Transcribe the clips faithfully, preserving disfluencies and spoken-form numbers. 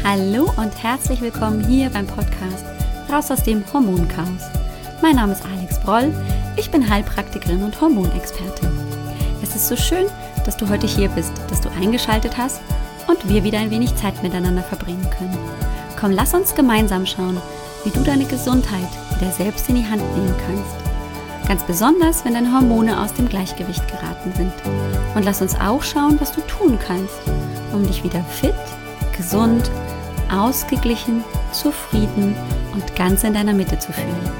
Hallo und herzlich willkommen hier beim Podcast Raus aus dem Hormonchaos. Mein Name ist Alex Broll, ich bin Heilpraktikerin und Hormonexpertin. Es ist so schön, dass du heute hier bist, dass du eingeschaltet hast und wir wieder ein wenig Zeit miteinander verbringen können. Komm, lass uns gemeinsam schauen, wie du deine Gesundheit wieder selbst in die Hand nehmen kannst. Ganz besonders, wenn deine Hormone aus dem Gleichgewicht geraten sind. Und lass uns auch schauen, was du tun kannst, um dich wieder fit, gesund, ausgeglichen, zufrieden und ganz in deiner Mitte zu fühlen.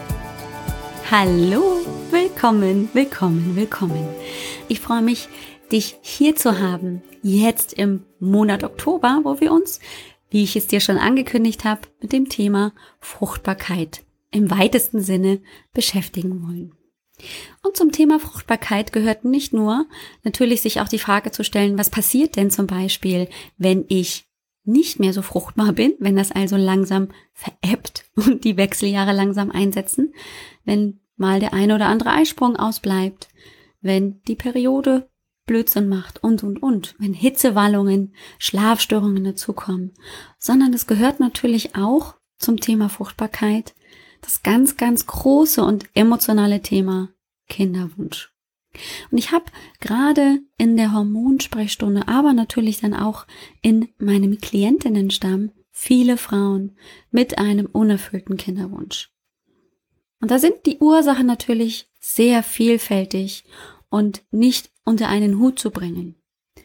Hallo, willkommen, willkommen, willkommen. Ich freue mich, dich hier zu haben, jetzt im Monat Oktober, wo wir uns, wie ich es dir schon angekündigt habe, mit dem Thema Fruchtbarkeit im weitesten Sinne beschäftigen wollen. Und zum Thema Fruchtbarkeit gehört nicht nur natürlich sich auch die Frage zu stellen, was passiert denn zum Beispiel, wenn ich nicht mehr so fruchtbar bin, wenn das also langsam verebbt und die Wechseljahre langsam einsetzen, wenn mal der ein oder andere Eisprung ausbleibt, wenn die Periode Blödsinn macht und, und, und, wenn Hitzewallungen, Schlafstörungen dazukommen, sondern es gehört natürlich auch zum Thema Fruchtbarkeit das ganz, ganz große und emotionale Thema Kinderwunsch. Und ich habe gerade in der Hormonsprechstunde, aber natürlich dann auch in meinem Klientinnenstamm viele Frauen mit einem unerfüllten Kinderwunsch. Und da sind die Ursachen natürlich sehr vielfältig und nicht unter einen Hut zu bringen.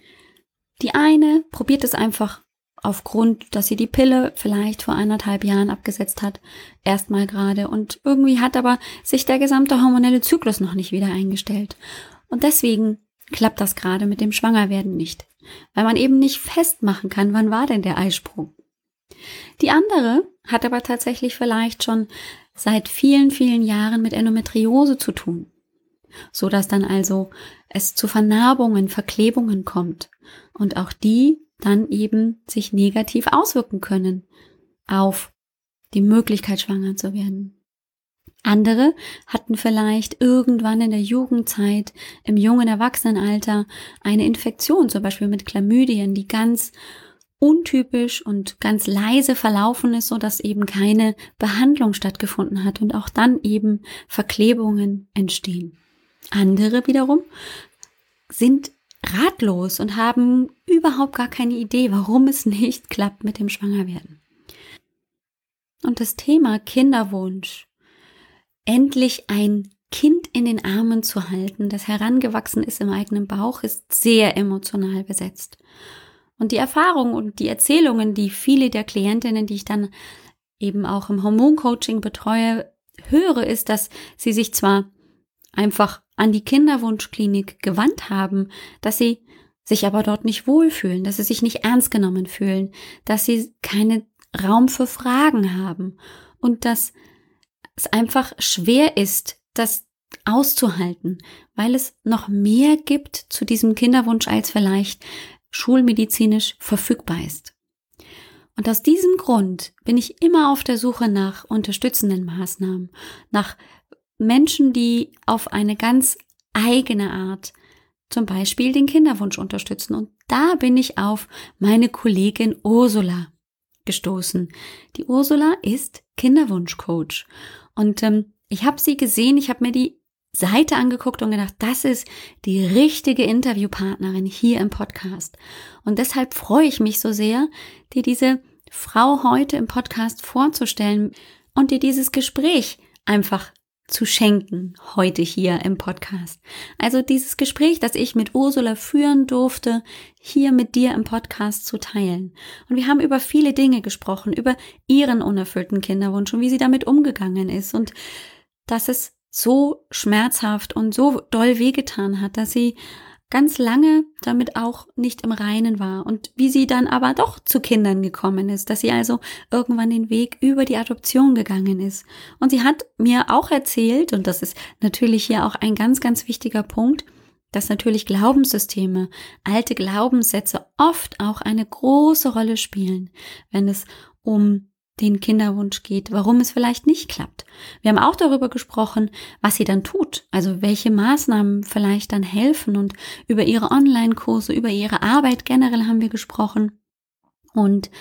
Die eine probiert es einfach aufgrund, dass sie die Pille vielleicht vor anderthalb Jahren abgesetzt hat, erstmal gerade und irgendwie hat aber sich der gesamte hormonelle Zyklus noch nicht wieder eingestellt. Und deswegen klappt das gerade mit dem Schwangerwerden nicht, weil man eben nicht festmachen kann, wann war denn der Eisprung. Die andere hat aber tatsächlich vielleicht schon seit vielen, vielen Jahren mit Endometriose zu tun, so dass dann also es zu Vernarbungen, Verklebungen kommt und auch die dann eben sich negativ auswirken können auf die Möglichkeit, schwanger zu werden. Andere hatten vielleicht irgendwann in der Jugendzeit, im jungen Erwachsenenalter eine Infektion, zum Beispiel mit Chlamydien, die ganz untypisch und ganz leise verlaufen ist, sodass eben keine Behandlung stattgefunden hat und auch dann eben Verklebungen entstehen. Andere wiederum sind ratlos und haben überhaupt gar keine Idee, warum es nicht klappt mit dem Schwangerwerden. Und das Thema Kinderwunsch, endlich ein Kind in den Armen zu halten, das herangewachsen ist im eigenen Bauch, ist sehr emotional besetzt. Und die Erfahrungen und die Erzählungen, die viele der Klientinnen, die ich dann eben auch im Hormoncoaching betreue, höre, ist, dass sie sich zwar einfach an die Kinderwunschklinik gewandt haben, dass sie sich aber dort nicht wohlfühlen, dass sie sich nicht ernst genommen fühlen, dass sie keinen Raum für Fragen haben und dass es einfach schwer ist, das auszuhalten, weil es noch mehr gibt zu diesem Kinderwunsch, als vielleicht schulmedizinisch verfügbar ist. Und aus diesem Grund bin ich immer auf der Suche nach unterstützenden Maßnahmen, nach Menschen, die auf eine ganz eigene Art zum Beispiel den Kinderwunsch unterstützen. Und da bin ich auf meine Kollegin Ursula gestoßen. Die Ursula ist Kinderwunschcoach. Und ähm, ich habe sie gesehen, ich habe mir die Seite angeguckt und gedacht, das ist die richtige Interviewpartnerin hier im Podcast. Und deshalb freue ich mich so sehr, dir diese Frau heute im Podcast vorzustellen und dir dieses Gespräch einfach zu schenken, heute hier im Podcast. Also dieses Gespräch, das ich mit Ursula führen durfte, hier mit dir im Podcast zu teilen. Und wir haben über viele Dinge gesprochen, über ihren unerfüllten Kinderwunsch und wie sie damit umgegangen ist und dass es so schmerzhaft und so doll wehgetan hat, dass sie ganz lange damit auch nicht im Reinen war und wie sie dann aber doch zu Kindern gekommen ist, dass sie also irgendwann den Weg über die Adoption gegangen ist. Und sie hat mir auch erzählt, und das ist natürlich hier auch ein ganz, ganz wichtiger Punkt, dass natürlich Glaubenssysteme, alte Glaubenssätze oft auch eine große Rolle spielen, wenn es um den Kinderwunsch geht, warum es vielleicht nicht klappt. Wir haben auch darüber gesprochen, was sie dann tut, also welche Maßnahmen vielleicht dann helfen und über ihre Online-Kurse, über ihre Arbeit generell haben wir gesprochen und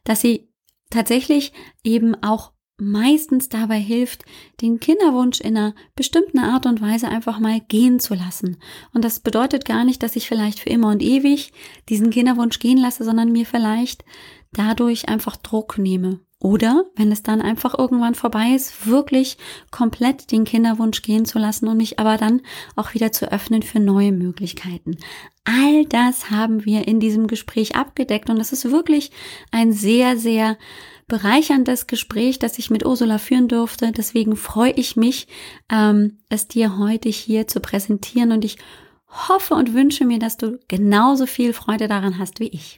dass sie tatsächlich eben auch meistens dabei hilft, den Kinderwunsch in einer bestimmten Art und Weise einfach mal gehen zu lassen. Und das bedeutet gar nicht, dass ich vielleicht für immer und ewig diesen Kinderwunsch gehen lasse, sondern mir vielleicht dadurch einfach Druck nehme. Oder, wenn es dann einfach irgendwann vorbei ist, wirklich komplett den Kinderwunsch gehen zu lassen und mich aber dann auch wieder zu öffnen für neue Möglichkeiten. All das haben wir in diesem Gespräch abgedeckt und es ist wirklich ein sehr, sehr bereicherndes Gespräch, das ich mit Ursula führen durfte. Deswegen freue ich mich, ähm, es dir heute hier zu präsentieren und ich hoffe und wünsche mir, dass du genauso viel Freude daran hast wie ich.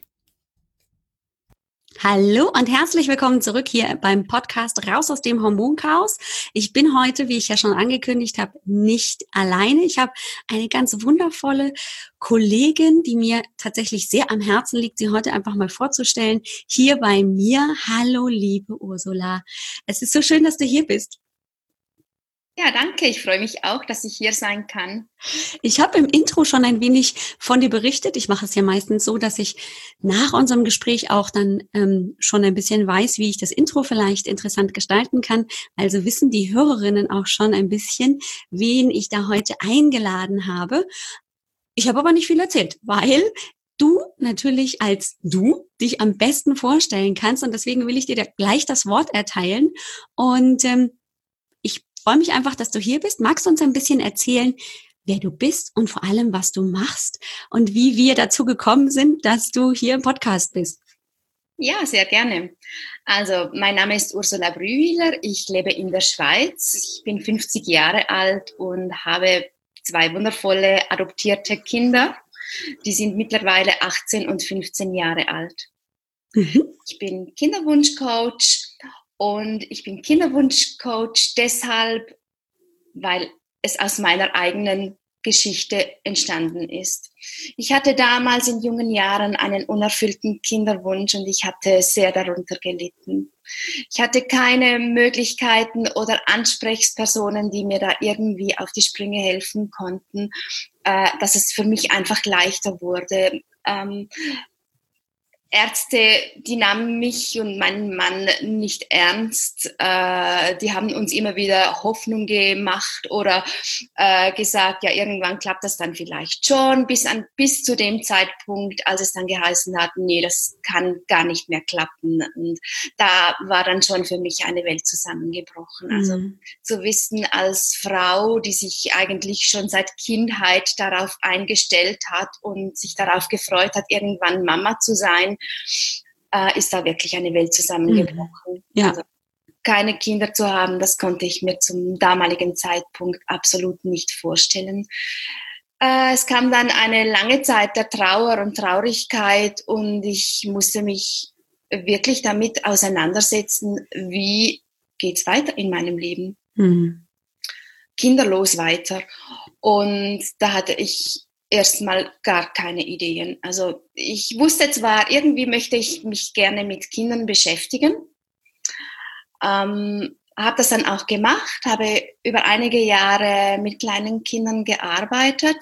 Hallo und herzlich willkommen zurück hier beim Podcast Raus aus dem Hormonchaos. Ich bin heute, wie ich ja schon angekündigt habe, nicht alleine. Ich habe eine ganz wundervolle Kollegin, die mir tatsächlich sehr am Herzen liegt, sie heute einfach mal vorzustellen, hier bei mir. Hallo, liebe Ursula. Es ist so schön, dass du hier bist. Ja, danke. Ich freue mich auch, dass ich hier sein kann. Ich habe im Intro schon ein wenig von dir berichtet. Ich mache es ja meistens so, dass ich nach unserem Gespräch auch dann ähm, schon ein bisschen weiß, wie ich das Intro vielleicht interessant gestalten kann. Also wissen die Hörerinnen auch schon ein bisschen, wen ich da heute eingeladen habe. Ich habe aber nicht viel erzählt, weil du natürlich als du dich am besten vorstellen kannst und deswegen will ich dir da gleich das Wort erteilen und ähm, ich freue mich einfach, dass du hier bist. Magst du uns ein bisschen erzählen, wer du bist und vor allem, was du machst und wie wir dazu gekommen sind, dass du hier im Podcast bist? Ja, sehr gerne. Also, mein Name ist Ursula Brühwiler. Ich lebe in der Schweiz. Ich bin fünfzig Jahre alt und habe zwei wundervolle adoptierte Kinder. Die sind mittlerweile achtzehn und fünfzehn Jahre alt. Mhm. Ich bin Kinderwunschcoach. Und ich bin Kinderwunschcoach deshalb, weil es aus meiner eigenen Geschichte entstanden ist. Ich hatte damals in jungen Jahren einen unerfüllten Kinderwunsch und ich hatte sehr darunter gelitten. Ich hatte keine Möglichkeiten oder Ansprechpersonen, die mir da irgendwie auf die Sprünge helfen konnten, äh, dass es für mich einfach leichter wurde. Ähm, Ärzte, die nahmen mich und meinen Mann nicht ernst. Äh, die haben uns immer wieder Hoffnung gemacht oder äh, gesagt, ja, irgendwann klappt das dann vielleicht schon, bis, an, bis zu dem Zeitpunkt, als es dann geheißen hat, nee, das kann gar nicht mehr klappen. Und da war dann schon für mich eine Welt zusammengebrochen. Mhm. Also zu wissen, als Frau, die sich eigentlich schon seit Kindheit darauf eingestellt hat und sich darauf gefreut hat, irgendwann Mama zu sein, äh, ist da wirklich eine Welt zusammengebrochen. Mhm. Ja. Also keine Kinder zu haben, das konnte ich mir zum damaligen Zeitpunkt absolut nicht vorstellen. Äh, es kam dann eine lange Zeit der Trauer und Traurigkeit und ich musste mich wirklich damit auseinandersetzen, wie geht's weiter in meinem Leben? Mhm. Kinderlos weiter. Und da hatte ich erstmal gar keine Ideen. Also ich wusste zwar, irgendwie möchte ich mich gerne mit Kindern beschäftigen, ähm, habe das dann auch gemacht, habe über einige Jahre mit kleinen Kindern gearbeitet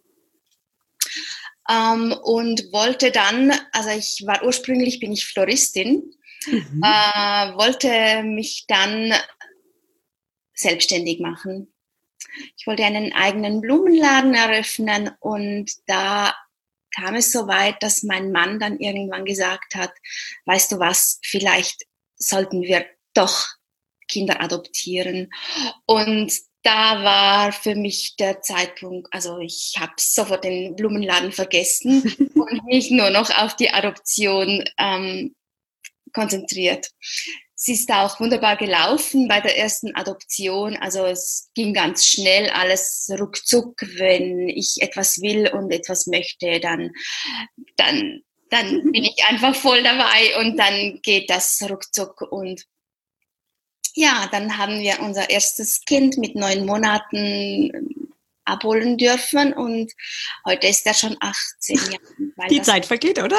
ähm, und wollte dann, also ich war ursprünglich, bin ich Floristin, mhm. äh, wollte mich dann selbstständig machen. Ich wollte einen eigenen Blumenladen eröffnen und da kam es so weit, dass mein Mann dann irgendwann gesagt hat, weißt du was, vielleicht sollten wir doch Kinder adoptieren. Und da war für mich der Zeitpunkt, also ich habe sofort den Blumenladen vergessen und mich nur noch auf die Adoption ähm, konzentriert. Es ist auch wunderbar gelaufen bei der ersten Adoption. Also es ging ganz schnell, alles ruckzuck. Wenn ich etwas will und etwas möchte, dann, dann, dann bin ich einfach voll dabei und dann geht das ruckzuck. Und ja, dann haben wir unser erstes Kind mit neun Monaten abholen dürfen und heute ist er schon achtzehn Jahre. Die Zeit vergeht, oder?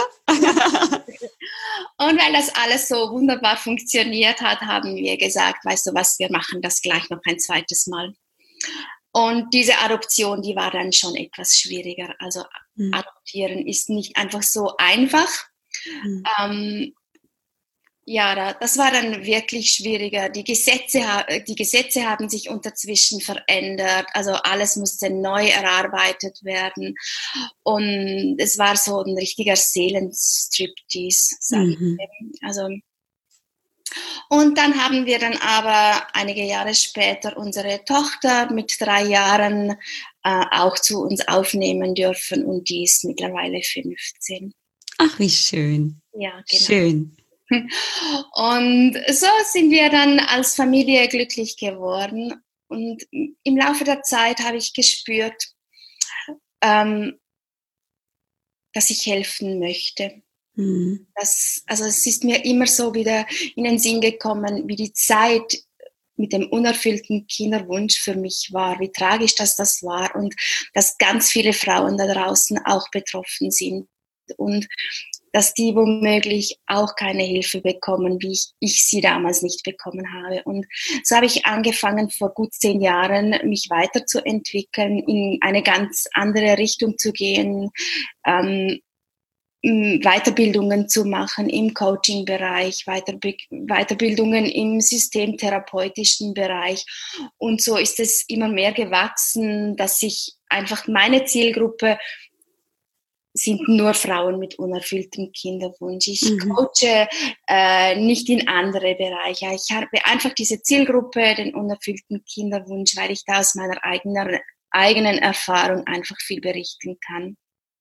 Und weil das alles so wunderbar funktioniert hat, haben wir gesagt, weißt du was, wir machen das gleich noch ein zweites Mal. Und diese Adoption, die war dann schon etwas schwieriger. Also mhm. adoptieren ist nicht einfach so einfach. Mhm. Ähm, Ja, da, das war dann wirklich schwieriger. Die Gesetze, die Gesetze haben sich unterzwischen verändert. Also alles musste neu erarbeitet werden. Und es war so ein richtiger Seelenstriptease, sage ich. Mhm. Also, und dann haben wir dann aber einige Jahre später unsere Tochter mit drei Jahren äh, auch zu uns aufnehmen dürfen. Und die ist mittlerweile fünfzehn. Ach, wie schön. Ja, genau. Schön. Und so sind wir dann als Familie glücklich geworden. Und im Laufe der Zeit habe ich gespürt, ähm, dass ich helfen möchte. Mhm. Das, also es ist mir immer so wieder in den Sinn gekommen, wie die Zeit mit dem unerfüllten Kinderwunsch für mich war, wie tragisch das das war und dass ganz viele Frauen da draußen auch betroffen sind. Und dass die womöglich auch keine Hilfe bekommen, wie ich, ich sie damals nicht bekommen habe. Und so habe ich angefangen, vor gut zehn Jahren mich weiterzuentwickeln, in eine ganz andere Richtung zu gehen, ähm, Weiterbildungen zu machen im Coaching-Bereich, Weiterbe- Weiterbildungen im systemtherapeutischen Bereich. Und so ist es immer mehr gewachsen, dass ich einfach meine Zielgruppe sind nur Frauen mit unerfülltem Kinderwunsch. Ich Mhm. coache äh, nicht in andere Bereiche. Ich habe einfach diese Zielgruppe, den unerfüllten Kinderwunsch, weil ich da aus meiner eigenen, eigenen Erfahrung einfach viel berichten kann.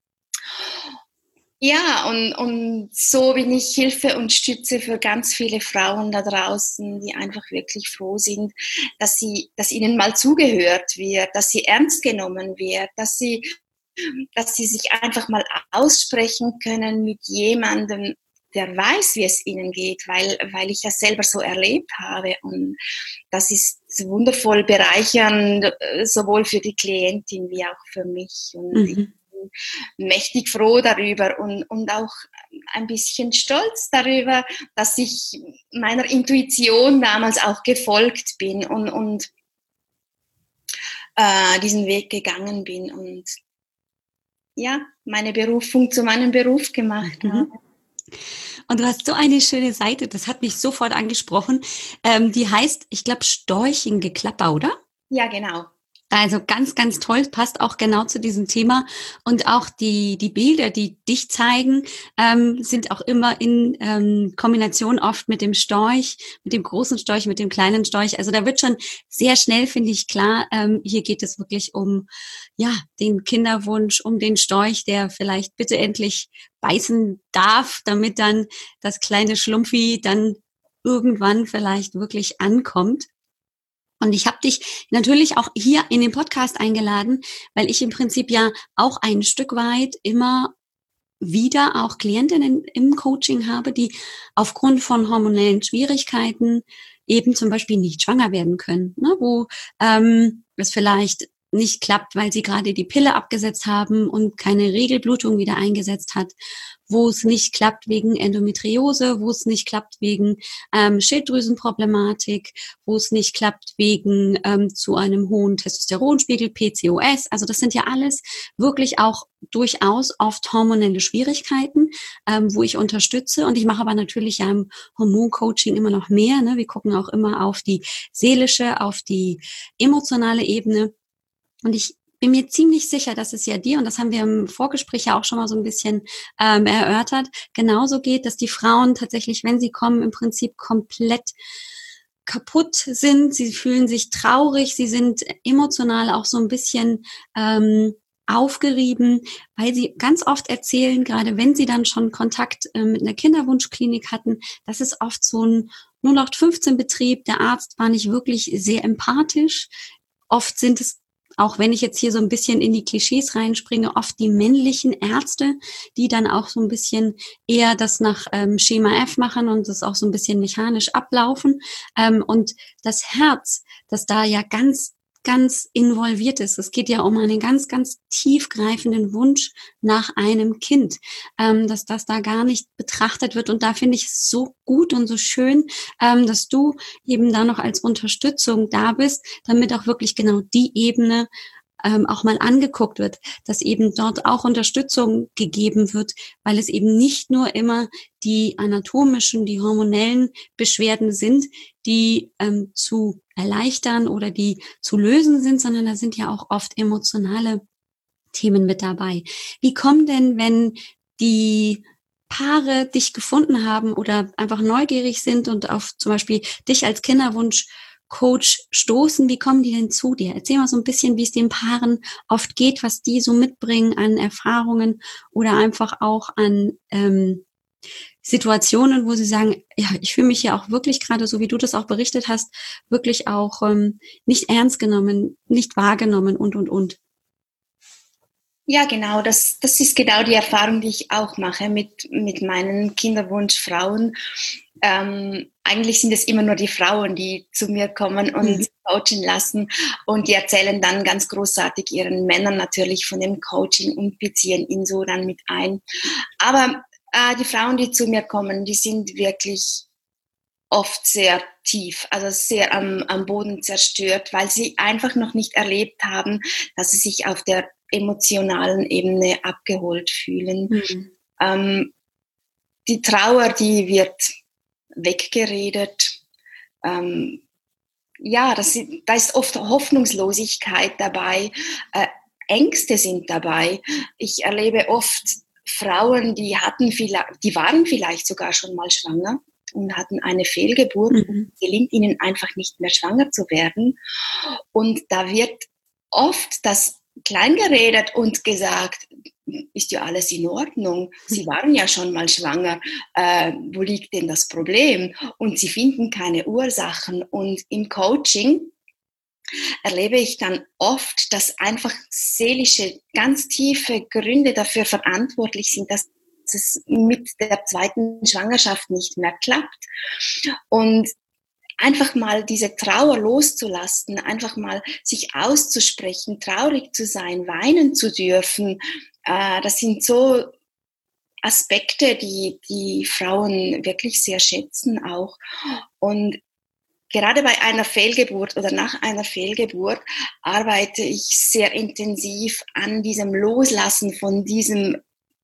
Ja, und, und so bin ich Hilfe und Stütze für ganz viele Frauen da draußen, die einfach wirklich froh sind, dass sie, dass ihnen mal zugehört wird, dass sie ernst genommen wird, dass sie dass sie sich einfach mal aussprechen können mit jemandem, der weiß, wie es ihnen geht, weil, weil ich das selber so erlebt habe. Und das ist wundervoll bereichernd, sowohl für die Klientin wie auch für mich. Und mhm. ich bin mächtig froh darüber und, und auch ein bisschen stolz darüber, dass ich meiner Intuition damals auch gefolgt bin und, und äh, diesen Weg gegangen bin und ja, meine Berufung zu meinem Beruf gemacht Mhm. habe. Und du hast so eine schöne Seite, das hat mich sofort angesprochen. Ähm, die heißt, ich glaube, Storchengeklapper, oder? Ja, genau. Also ganz, ganz toll, passt auch genau zu diesem Thema. Und auch die, die Bilder, die dich zeigen, ähm, sind auch immer in ähm, Kombination oft mit dem Storch, mit dem großen Storch, mit dem kleinen Storch. Also da wird schon sehr schnell, finde ich, klar, ähm, hier geht es wirklich um ja den Kinderwunsch, um den Storch, der vielleicht bitte endlich beißen darf, damit dann das kleine Schlumpfi dann irgendwann vielleicht wirklich ankommt. Und ich habe dich natürlich auch hier in den Podcast eingeladen, weil ich im Prinzip ja auch ein Stück weit immer wieder auch Klientinnen im Coaching habe, die aufgrund von hormonellen Schwierigkeiten eben zum Beispiel nicht schwanger werden können, ne? Wo ähm, es vielleicht nicht klappt, weil sie gerade die Pille abgesetzt haben und keine Regelblutung wieder eingesetzt hat, wo es nicht klappt wegen Endometriose, wo es nicht klappt wegen ähm, Schilddrüsenproblematik, wo es nicht klappt wegen ähm, zu einem hohen Testosteronspiegel, P C O S. Also das sind ja alles wirklich auch durchaus oft hormonelle Schwierigkeiten, ähm, wo ich unterstütze. Und ich mache aber natürlich ja im Hormoncoaching immer noch mehr. Ne? Wir gucken auch immer auf die seelische, auf die emotionale Ebene. Und ich bin mir ziemlich sicher, dass es ja dir, und das haben wir im Vorgespräch ja auch schon mal so ein bisschen ähm, erörtert, genauso geht, dass die Frauen tatsächlich, wenn sie kommen, im Prinzip komplett kaputt sind. Sie fühlen sich traurig, sie sind emotional auch so ein bisschen ähm, aufgerieben, weil sie ganz oft erzählen, gerade wenn sie dann schon Kontakt äh, mit einer Kinderwunschklinik hatten, das ist oft so ein null acht fünfzehn Betrieb. Der Arzt war nicht wirklich sehr empathisch. Oft sind es, auch wenn ich jetzt hier so ein bisschen in die Klischees reinspringe, oft die männlichen Ärzte, die dann auch so ein bisschen eher das nach ähm, Schema F machen und das auch so ein bisschen mechanisch ablaufen. Ähm, und das Herz, das da ja ganz ganz involviert ist. Es geht ja um einen ganz, ganz tiefgreifenden Wunsch nach einem Kind, ähm, dass das da gar nicht betrachtet wird. Und da finde ich es so gut und so schön, ähm, dass du eben da noch als Unterstützung da bist, damit auch wirklich genau die Ebene ähm, auch mal angeguckt wird, dass eben dort auch Unterstützung gegeben wird, weil es eben nicht nur immer die anatomischen, die hormonellen Beschwerden sind, die ähm, zu erleichtern oder die zu lösen sind, sondern da sind ja auch oft emotionale Themen mit dabei. Wie kommen denn, wenn die Paare dich gefunden haben oder einfach neugierig sind und auf zum Beispiel dich als Kinderwunsch-Coach stoßen, wie kommen die denn zu dir? Erzähl mal so ein bisschen, wie es den Paaren oft geht, was die so mitbringen an Erfahrungen oder einfach auch an ähm, Situationen, wo sie sagen, ja, ich fühle mich ja auch wirklich gerade, so wie du das auch berichtet hast, wirklich auch ähm, nicht ernst genommen, nicht wahrgenommen und, und, und. Ja, genau, das, das ist genau die Erfahrung, die ich auch mache mit, mit meinen Kinderwunschfrauen. Ähm, eigentlich sind es immer nur die Frauen, die zu mir kommen und mhm. coachen lassen, und die erzählen dann ganz großartig ihren Männern natürlich von dem Coaching und beziehen ihn so dann mit ein. Aber äh, die Frauen, die zu mir kommen, die sind wirklich oft sehr tief, also sehr am, am Boden zerstört, weil sie einfach noch nicht erlebt haben, dass sie sich auf der emotionalen Ebene abgeholt fühlen. Mhm. Ähm, die Trauer, die wird weggeredet. Ähm, ja, das, da ist oft Hoffnungslosigkeit dabei. Äh, Ängste sind dabei. Ich erlebe oft Frauen, die hatten vielleicht, die waren vielleicht sogar schon mal schwanger und hatten eine Fehlgeburt. Mhm. Und es gelingt ihnen einfach nicht mehr, schwanger zu werden. Und da wird oft das kleingeredet und gesagt, ist ja alles in Ordnung, Sie waren ja schon mal schwanger, äh, wo liegt denn das Problem? Und sie finden keine Ursachen. Und im Coaching erlebe ich dann oft, dass einfach seelische, ganz tiefe Gründe dafür verantwortlich sind, dass es mit der zweiten Schwangerschaft nicht mehr klappt. Und einfach mal diese Trauer loszulassen, einfach mal sich auszusprechen, traurig zu sein, weinen zu dürfen, äh, das sind so Aspekte, die die Frauen wirklich sehr schätzen auch. Und gerade bei einer Fehlgeburt oder nach einer Fehlgeburt arbeite ich sehr intensiv an diesem Loslassen von diesem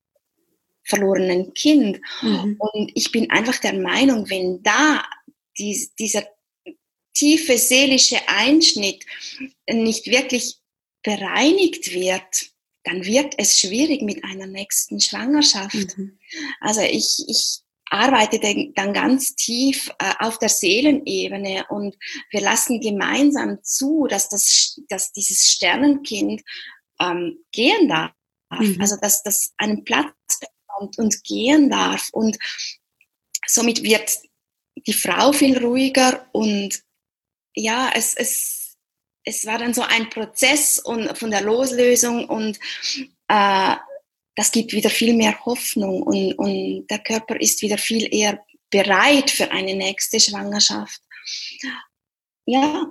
verlorenen Kind. Mhm. Und ich bin einfach der Meinung, wenn da die, dieser tiefe seelische Einschnitt nicht wirklich bereinigt wird, dann wird es schwierig mit einer nächsten Schwangerschaft. Mhm. Also ich, ich arbeite dann ganz tief äh, auf der Seelenebene, und wir lassen gemeinsam zu, dass, das, dass dieses Sternenkind ähm, gehen darf. Mhm. Also dass das einen Platz bekommt und gehen darf. Und somit wird die Frau viel ruhiger, und ja, es, es, es war dann so ein Prozess und von der Loslösung, und äh, das gibt wieder viel mehr Hoffnung, und, und der Körper ist wieder viel eher bereit für eine nächste Schwangerschaft. Ja.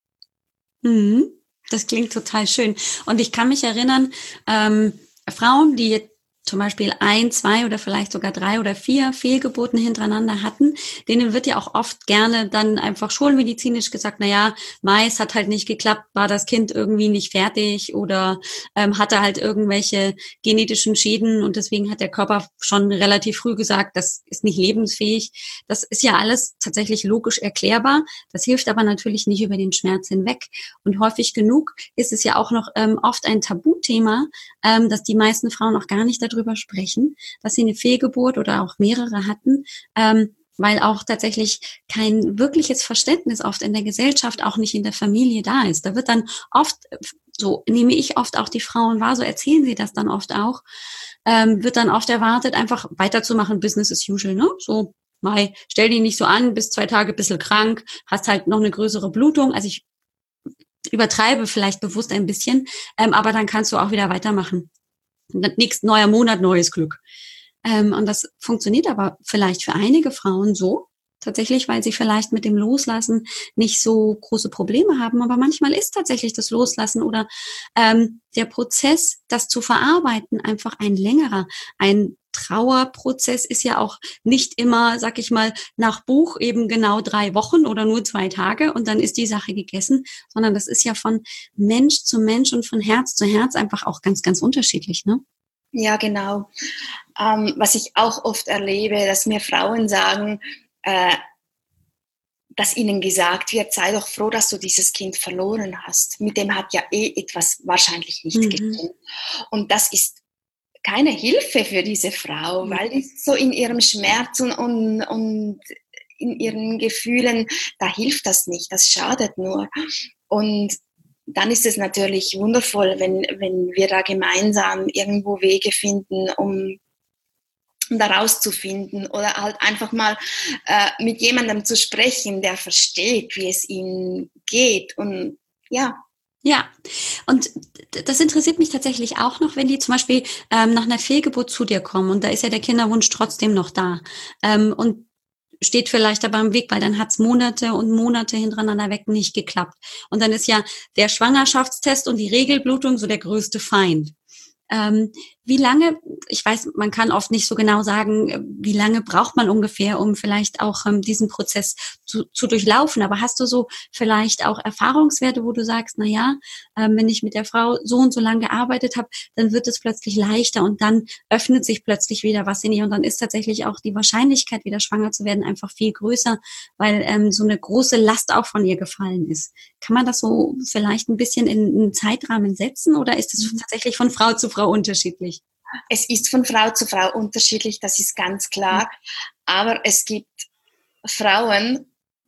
Mhm. Das klingt total schön. Und ich kann mich erinnern, ähm, Frauen, die zum Beispiel ein, zwei oder vielleicht sogar drei oder vier Fehlgeburten hintereinander hatten, denen wird ja auch oft gerne dann einfach schulmedizinisch gesagt, na ja, Mais hat halt nicht geklappt, war das Kind irgendwie nicht fertig oder ähm, hatte halt irgendwelche genetischen Schäden, und deswegen hat der Körper schon relativ früh gesagt, das ist nicht lebensfähig. Das ist ja alles tatsächlich logisch erklärbar. Das hilft aber natürlich nicht über den Schmerz hinweg. Und häufig genug ist es ja auch noch ähm, oft ein Tabuthema, ähm, dass die meisten Frauen auch gar nicht darüber sprechen, dass sie eine Fehlgeburt oder auch mehrere hatten, ähm, weil auch tatsächlich kein wirkliches Verständnis oft in der Gesellschaft, auch nicht in der Familie da ist. Da wird dann oft, so nehme ich oft auch die Frauen wahr, so erzählen sie das dann oft auch, ähm, wird dann oft erwartet, einfach weiterzumachen, Business as usual, ne? So, Mai, stell dich nicht so an, bist zwei Tage ein bisschen krank, hast halt noch eine größere Blutung. Also ich übertreibe vielleicht bewusst ein bisschen, ähm, aber dann kannst du auch wieder weitermachen. Nächst neuer Monat, neues Glück. Ähm, und das funktioniert aber vielleicht für einige Frauen so, tatsächlich, weil sie vielleicht mit dem Loslassen nicht so große Probleme haben. Aber manchmal ist tatsächlich das Loslassen oder ähm, der Prozess, das zu verarbeiten, einfach ein längerer, ein Trauerprozess ist ja auch nicht immer, sag ich mal, nach Buch eben genau drei Wochen oder nur zwei Tage und dann ist die Sache gegessen, sondern das ist ja von Mensch zu Mensch und von Herz zu Herz einfach auch ganz, ganz unterschiedlich, ne? Ja, genau. Ähm, was ich auch oft erlebe, dass mir Frauen sagen, äh, dass ihnen gesagt wird, sei doch froh, dass du dieses Kind verloren hast. Mit dem hat ja eh etwas wahrscheinlich nicht Mhm. gestimmt. Und das ist keine Hilfe für diese Frau, weil die so in ihrem Schmerz und, und, und in ihren Gefühlen, da hilft das nicht, das schadet nur. Und dann ist es natürlich wundervoll, wenn, wenn wir da gemeinsam irgendwo Wege finden, um da rauszufinden oder halt einfach mal äh, mit jemandem zu sprechen, der versteht, wie es ihm geht. Und ja. Ja, und das interessiert mich tatsächlich auch noch, wenn die zum Beispiel ähm, nach einer Fehlgeburt zu dir kommen und da ist ja der Kinderwunsch trotzdem noch da ähm, und steht vielleicht aber im Weg, weil dann hat's Monate und Monate hintereinander weg nicht geklappt. Und dann ist ja der Schwangerschaftstest und die Regelblutung so der größte Feind. Ähm, wie lange, ich weiß, man kann oft nicht so genau sagen, wie lange braucht man ungefähr, um vielleicht auch ähm, diesen Prozess zu, zu durchlaufen. Aber hast du so vielleicht auch Erfahrungswerte, wo du sagst, na ja, ähm, wenn ich mit der Frau so und so lange gearbeitet habe, dann wird es plötzlich leichter und dann öffnet sich plötzlich wieder was in ihr und dann ist tatsächlich auch die Wahrscheinlichkeit, wieder schwanger zu werden, einfach viel größer, weil ähm, so eine große Last auch von ihr gefallen ist. Kann man das so vielleicht ein bisschen in einen Zeitrahmen setzen oder ist es tatsächlich von Frau zu Frau unterschiedlich? Es ist von Frau zu Frau unterschiedlich, das ist ganz klar. Aber es gibt Frauen,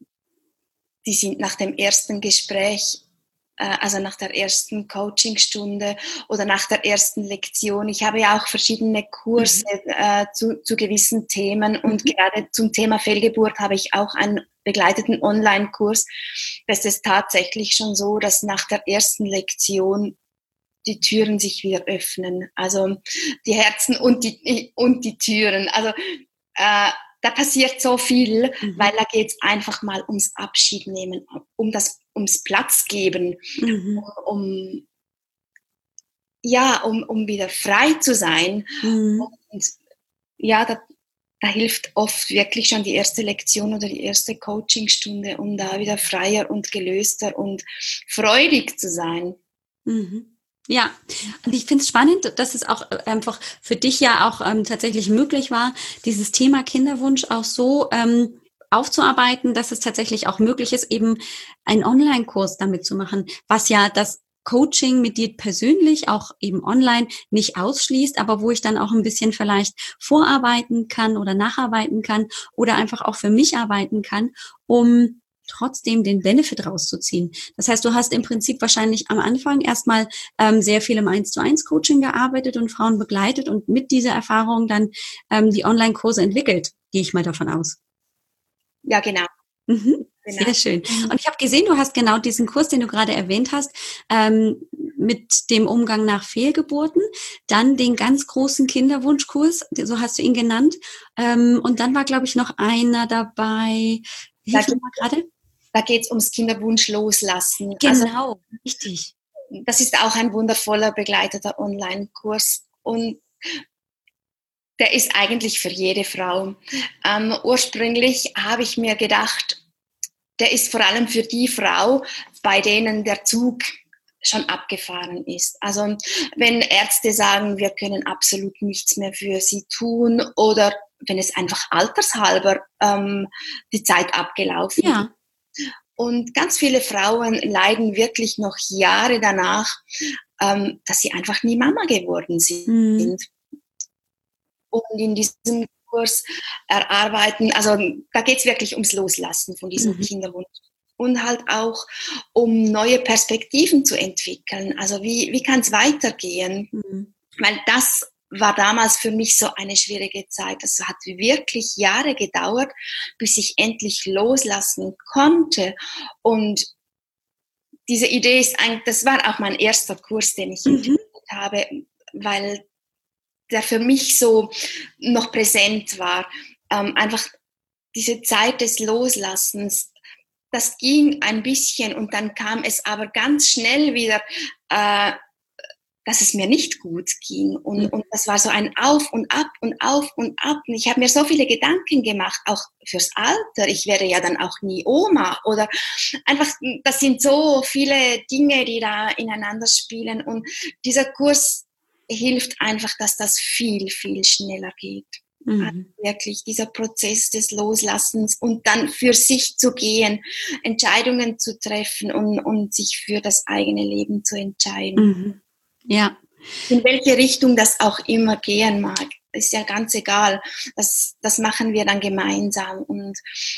die sind nach dem ersten Gespräch, äh, also nach der ersten Coachingstunde oder nach der ersten Lektion. Ich habe ja auch verschiedene Kurse mhm. äh, zu, zu gewissen Themen und mhm. gerade zum Thema Fehlgeburt habe ich auch einen begleiteten Online-Kurs. Das ist tatsächlich schon so, dass nach der ersten Lektion die Türen sich wieder öffnen, also die Herzen und die, und die Türen. Also äh, da passiert so viel, mhm. weil da geht es einfach mal ums Abschied nehmen, um das, ums Platz geben, mhm. um, um ja, um, um wieder frei zu sein. Mhm. Und ja, da, da hilft oft wirklich schon die erste Lektion oder die erste Coachingstunde, um da wieder freier und gelöster und freudig zu sein. Mhm. Ja, und ich finde es spannend, dass es auch einfach für dich ja auch ähm, tatsächlich möglich war, dieses Thema Kinderwunsch auch so ähm, aufzuarbeiten, dass es tatsächlich auch möglich ist, eben einen Online-Kurs damit zu machen, was ja das Coaching mit dir persönlich auch eben online nicht ausschließt, aber wo ich dann auch ein bisschen vielleicht vorarbeiten kann oder nacharbeiten kann oder einfach auch für mich arbeiten kann, um trotzdem den Benefit rauszuziehen. Das heißt, du hast im Prinzip wahrscheinlich am Anfang erstmal ähm, sehr viel im eins zu eins Coaching gearbeitet und Frauen begleitet und mit dieser Erfahrung dann ähm, die Online-Kurse entwickelt, gehe ich mal davon aus. Ja, genau. Mhm. Genau. Sehr schön. Und ich habe gesehen, du hast genau diesen Kurs, den du gerade erwähnt hast, ähm, mit dem Umgang nach Fehlgeburten, dann den ganz großen Kinderwunschkurs, so hast du ihn genannt, ähm, und dann war, glaube ich, noch einer dabei. Hilf mir mal gerade. Da geht es ums Kinderwunsch loslassen. Genau, also, richtig. Das ist auch ein wundervoller begleiteter Online-Kurs und der ist eigentlich für jede Frau. Ähm, ursprünglich habe ich mir gedacht, der ist vor allem für die Frau, bei denen der Zug schon abgefahren ist. Also wenn Ärzte sagen, wir können absolut nichts mehr für sie tun oder wenn es einfach altershalber ähm, die Zeit abgelaufen ja. ist. Und ganz viele Frauen leiden wirklich noch Jahre danach, ähm, dass sie einfach nie Mama geworden sind. Mhm. Und in diesem Kurs erarbeiten, also da geht es wirklich ums Loslassen von diesem mhm. Kinderwunsch. Und halt auch, um neue Perspektiven zu entwickeln. Also wie, wie kann es weitergehen? Mhm. Weil das war damals für mich so eine schwierige Zeit. Das hat wirklich Jahre gedauert, bis ich endlich loslassen konnte. Und diese Idee ist eigentlich, das war auch mein erster Kurs, den ich mhm. entwickelt habe, weil der für mich so noch präsent war. Ähm, einfach diese Zeit des Loslassens, das ging ein bisschen und dann kam es aber ganz schnell wieder, äh, dass es mir nicht gut ging. Und, Mhm. und das war so ein Auf und Ab und Auf und Ab. Und ich habe mir so viele Gedanken gemacht, auch fürs Alter. Ich werde ja dann auch nie Oma. Oder einfach, das sind so viele Dinge, die da ineinander spielen. Und dieser Kurs hilft einfach, dass das viel, viel schneller geht. Also Mhm. wirklich dieser Prozess des Loslassens und dann für sich zu gehen, Entscheidungen zu treffen und, und sich für das eigene Leben zu entscheiden. Mhm. Ja. In welche Richtung das auch immer gehen mag, ist ja ganz egal. Das, das machen wir dann gemeinsam. Und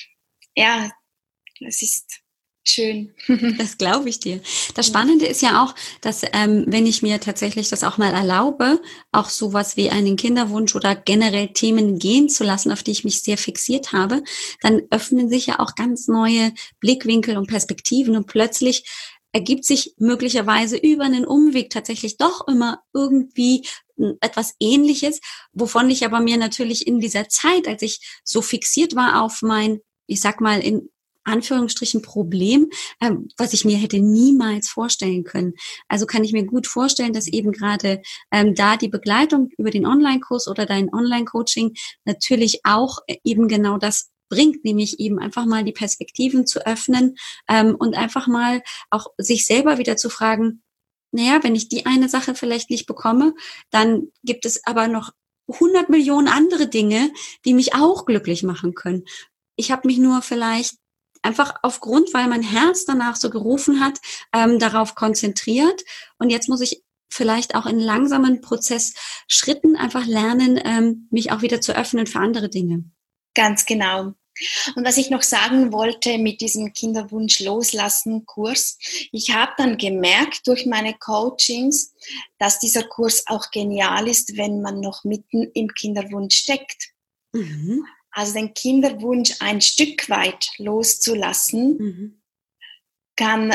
ja, es ist schön. Das glaube ich dir. Das Spannende ist ja auch, dass ähm, wenn ich mir tatsächlich das auch mal erlaube, auch sowas wie einen Kinderwunsch oder generell Themen gehen zu lassen, auf die ich mich sehr fixiert habe, dann öffnen sich ja auch ganz neue Blickwinkel und Perspektiven und plötzlich ergibt sich möglicherweise über einen Umweg tatsächlich doch immer irgendwie etwas Ähnliches, wovon ich aber mir natürlich in dieser Zeit, als ich so fixiert war auf mein, ich sag mal, in Anführungsstrichen Problem, ähm, was ich mir hätte niemals vorstellen können. Also kann ich mir gut vorstellen, dass eben gerade ähm, da die Begleitung über den Online-Kurs oder dein Online-Coaching natürlich auch eben genau das bringt, nämlich eben einfach mal die Perspektiven zu öffnen ähm, und einfach mal auch sich selber wieder zu fragen, naja, wenn ich die eine Sache vielleicht nicht bekomme, dann gibt es aber noch hundert Millionen andere Dinge, die mich auch glücklich machen können. Ich habe mich nur vielleicht einfach aufgrund, weil mein Herz danach so gerufen hat, ähm, darauf konzentriert. Und jetzt muss ich vielleicht auch in langsamen Prozessschritten einfach lernen, ähm, mich auch wieder zu öffnen für andere Dinge. Ganz genau. Und was ich noch sagen wollte mit diesem Kinderwunsch loslassen Kurs, ich habe dann gemerkt durch meine Coachings, dass dieser Kurs auch genial ist, wenn man noch mitten im Kinderwunsch steckt. Mhm. Also den Kinderwunsch ein Stück weit loszulassen, Mhm. kann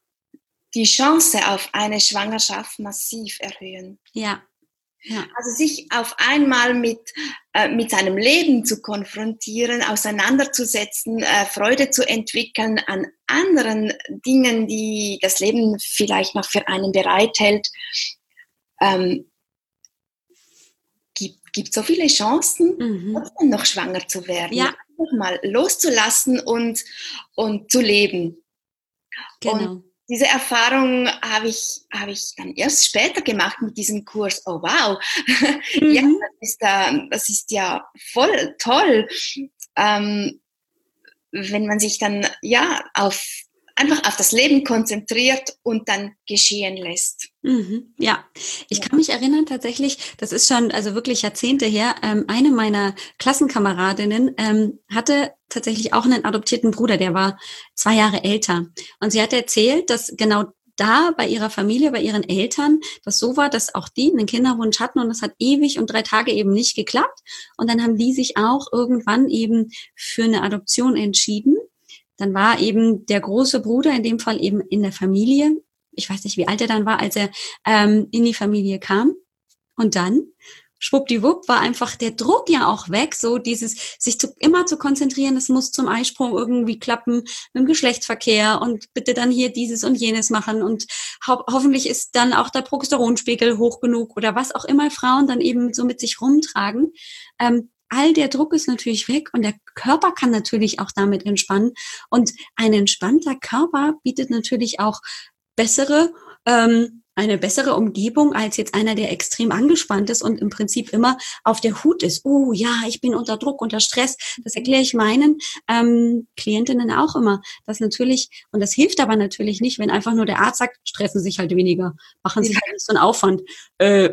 die Chance auf eine Schwangerschaft massiv erhöhen. Ja. Ja. Also sich auf einmal mit, äh, mit seinem Leben zu konfrontieren, auseinanderzusetzen, äh, Freude zu entwickeln an anderen Dingen, die das Leben vielleicht noch für einen bereithält, ähm, gibt, gibt so viele Chancen, Mhm. trotzdem noch schwanger zu werden. Ja. Einfach mal loszulassen und, und zu leben. Genau. Und diese Erfahrung habe ich, habe ich dann erst später gemacht mit diesem Kurs. Oh wow, Mhm. ja, das ist, äh, das ist ja voll toll, ähm, wenn man sich dann ja auf einfach auf das Leben konzentriert und dann geschehen lässt. Mhm, ja, ich Ja. kann mich erinnern tatsächlich, das ist schon also wirklich Jahrzehnte her, ähm, eine meiner Klassenkameradinnen ähm, hatte tatsächlich auch einen adoptierten Bruder, der war zwei Jahre älter. Und sie hat erzählt, dass genau da bei ihrer Familie, bei ihren Eltern, das so war, dass auch die einen Kinderwunsch hatten und das hat ewig und drei Tage eben nicht geklappt. Und dann haben die sich auch irgendwann eben für eine Adoption entschieden. Dann war eben der große Bruder in dem Fall eben in der Familie. Ich weiß nicht, wie alt er dann war, als er ähm, in die Familie kam. Und dann, schwuppdiwupp, war einfach der Druck ja auch weg, so dieses, sich zu, immer zu konzentrieren, es muss zum Eisprung irgendwie klappen, mit dem Geschlechtsverkehr und bitte dann hier dieses und jenes machen und ho- hoffentlich ist dann auch der Progesteronspiegel hoch genug oder was auch immer Frauen dann eben so mit sich rumtragen. Ähm, all der Druck ist natürlich weg und der Körper kann natürlich auch damit entspannen. Und ein entspannter Körper bietet natürlich auch bessere, ähm, eine bessere Umgebung als jetzt einer, der extrem angespannt ist und im Prinzip immer auf der Hut ist. Oh ja, ich bin unter Druck, unter Stress. Das erkläre ich meinen ähm, Klientinnen auch immer. Das natürlich, und das hilft aber natürlich nicht, wenn einfach nur der Arzt sagt, stressen Sie sich halt weniger, machen Sie sich halt nicht so einen Aufwand. Äh,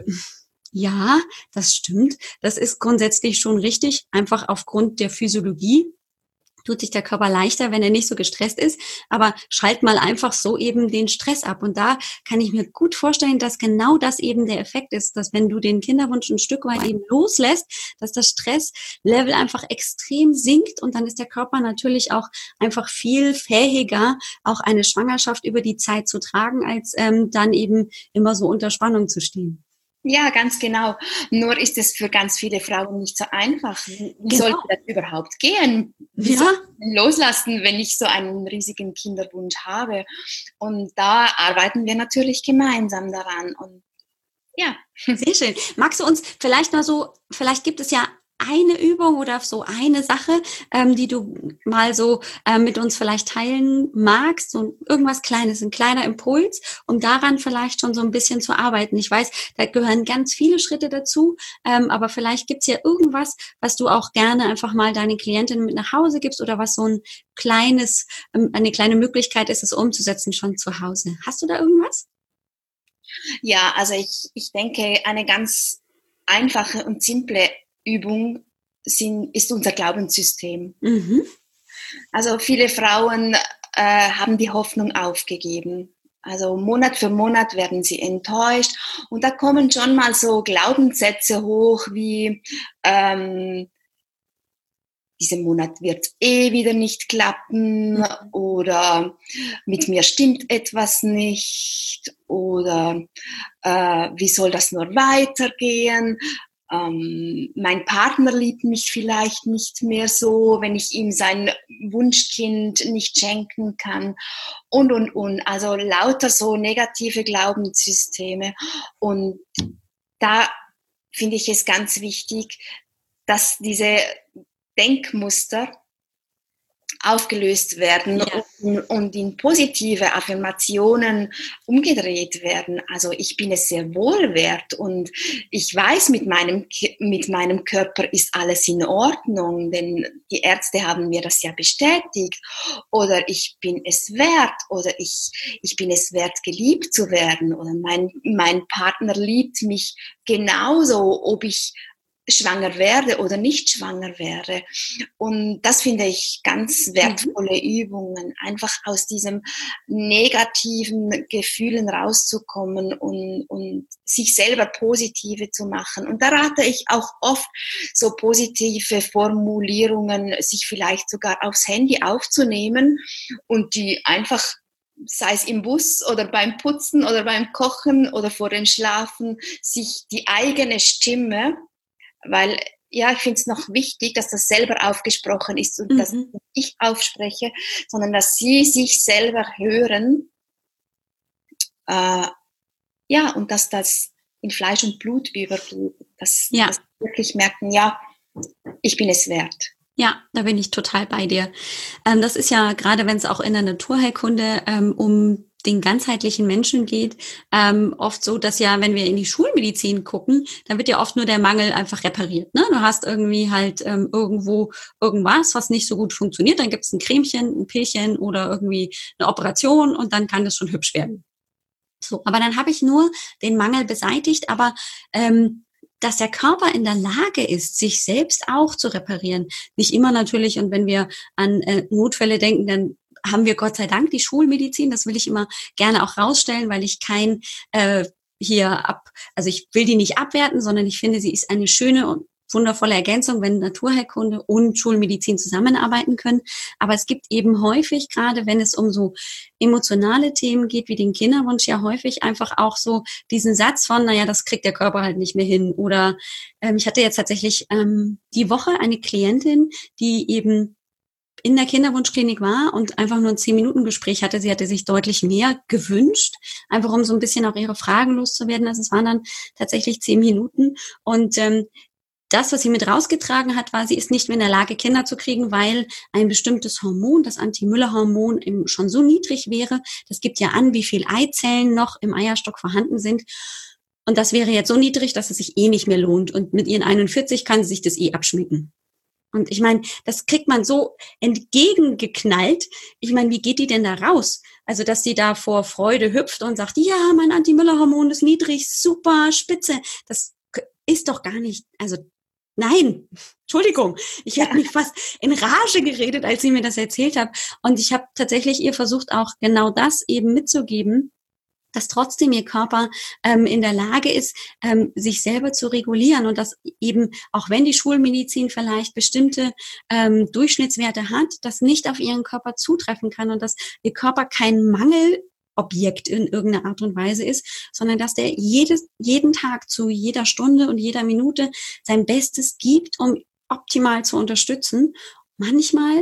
ja, das stimmt. Das ist grundsätzlich schon richtig. Einfach aufgrund der Physiologie tut sich der Körper leichter, wenn er nicht so gestresst ist. Aber schalt mal einfach so eben den Stress ab. Und da kann ich mir gut vorstellen, dass genau das eben der Effekt ist, dass wenn du den Kinderwunsch ein Stück weit eben loslässt, dass das Stresslevel einfach extrem sinkt und dann ist der Körper natürlich auch einfach viel fähiger, auch eine Schwangerschaft über die Zeit zu tragen, als ähm, dann eben immer so unter Spannung zu stehen. Ja, ganz genau. Nur ist es für ganz viele Frauen nicht so einfach. Wie Genau. sollte das überhaupt gehen? Wie Ja. soll ich denn loslassen, wenn ich so einen riesigen Kinderwunsch habe? Und da arbeiten wir natürlich gemeinsam daran. Und Ja. Sehr schön. Magst du uns vielleicht mal so, vielleicht gibt es ja eine Übung oder so eine Sache, ähm, die du mal so ähm, mit uns vielleicht teilen magst, so irgendwas Kleines, ein kleiner Impuls, um daran vielleicht schon so ein bisschen zu arbeiten. Ich weiß, da gehören ganz viele Schritte dazu, ähm, aber vielleicht gibt's ja irgendwas, was du auch gerne einfach mal deinen Klientinnen mit nach Hause gibst oder was so ein kleines, ähm, eine kleine Möglichkeit ist, es umzusetzen schon zu Hause. Hast du da irgendwas? Ja, also ich, ich denke, eine ganz einfache und simple Übung sind, ist unser Glaubenssystem. Mhm. Also viele Frauen äh, haben die Hoffnung aufgegeben. Also Monat für Monat werden sie enttäuscht und da kommen schon mal so Glaubenssätze hoch wie ähm, diesen Monat wird eh wieder nicht klappen oder mit mir stimmt etwas nicht oder äh, wie soll das nur weitergehen? Ähm, mein Partner liebt mich vielleicht nicht mehr so, wenn ich ihm sein Wunschkind nicht schenken kann und, und, und. Also lauter so negative Glaubenssysteme. Und da finde ich es ganz wichtig, dass diese Denkmuster aufgelöst werden Ja. und, und in positive Affirmationen umgedreht werden. Also ich bin es sehr wohl wert und ich weiß, mit meinem, mit meinem Körper ist alles in Ordnung, denn die Ärzte haben mir das ja bestätigt. Oder ich bin es wert oder ich, ich bin es wert, geliebt zu werden oder mein, mein Partner liebt mich genauso, ob ich schwanger werde oder nicht schwanger werde. Und das finde ich ganz wertvolle Übungen, einfach aus diesem negativen Gefühlen rauszukommen und, und sich selber positive zu machen. Und da rate ich auch oft, so positive Formulierungen sich vielleicht sogar aufs Handy aufzunehmen und die einfach, sei es im Bus oder beim Putzen oder beim Kochen oder vor dem Schlafen, sich die eigene Stimme, weil ja, ich finde es noch wichtig, dass das selber aufgesprochen ist und mhm. dass nicht ich aufspreche, sondern dass sie sich selber hören, äh, ja, und dass das in Fleisch und Blut übergeht, dass, ja. dass sie wirklich merken, ja, ich bin es wert. Ja, da bin ich total bei dir. Ähm, das ist ja gerade, wenn es auch in der Naturheilkunde ähm, um den ganzheitlichen Menschen geht, ähm, oft so, dass ja, wenn wir in die Schulmedizin gucken, dann wird ja oft nur der Mangel einfach repariert. Ne? Du hast irgendwie halt ähm, irgendwo irgendwas, was nicht so gut funktioniert, dann gibt es ein Cremchen, ein Pillchen oder irgendwie eine Operation und dann kann das schon hübsch werden. So, aber dann habe ich nur den Mangel beseitigt, aber ähm, dass der Körper in der Lage ist, sich selbst auch zu reparieren. Nicht immer natürlich, und wenn wir an äh, Notfälle denken, dann haben wir Gott sei Dank die Schulmedizin. Das will ich immer gerne auch rausstellen, weil ich kein äh, hier ab, also ich will die nicht abwerten, sondern ich finde, sie ist eine schöne und wundervolle Ergänzung, wenn Naturheilkunde und Schulmedizin zusammenarbeiten können. Aber es gibt eben häufig, gerade wenn es um so emotionale Themen geht, wie den Kinderwunsch, ja häufig einfach auch so diesen Satz von, naja, das kriegt der Körper halt nicht mehr hin. Oder ähm, ich hatte jetzt tatsächlich ähm, die Woche eine Klientin, die eben in der Kinderwunschklinik war und einfach nur ein zehn-Minuten-Gespräch hatte. Sie hatte sich deutlich mehr gewünscht, einfach um so ein bisschen auch ihre Fragen loszuwerden. Also es waren dann tatsächlich zehn Minuten. Und ähm, das, was sie mit rausgetragen hat, war, sie ist nicht mehr in der Lage, Kinder zu kriegen, weil ein bestimmtes Hormon, das Anti-Müller-Hormon, schon so niedrig wäre. Das gibt ja an, wie viel Eizellen noch im Eierstock vorhanden sind. Und das wäre jetzt so niedrig, dass es sich eh nicht mehr lohnt. Und mit ihren einundvierzig kann sie sich das eh abschminken. Und ich meine, das kriegt man so entgegengeknallt. Ich meine, wie geht die denn da raus? Also, dass sie da vor Freude hüpft und sagt, ja, mein Anti-Müller-Hormon ist niedrig, super, spitze. Das ist doch gar nicht, also nein, Entschuldigung, ich hätte mich fast in Rage geredet, als sie mir das erzählt hat. Und ich habe tatsächlich ihr versucht, auch genau das eben mitzugeben, dass trotzdem ihr Körper ähm, in der Lage ist, ähm, sich selber zu regulieren und dass eben, auch wenn die Schulmedizin vielleicht bestimmte ähm, Durchschnittswerte hat, das nicht auf ihren Körper zutreffen kann und dass ihr Körper kein Mangelobjekt in irgendeiner Art und Weise ist, sondern dass der jedes, jeden Tag zu jeder Stunde und jeder Minute sein Bestes gibt, um optimal zu unterstützen. Manchmal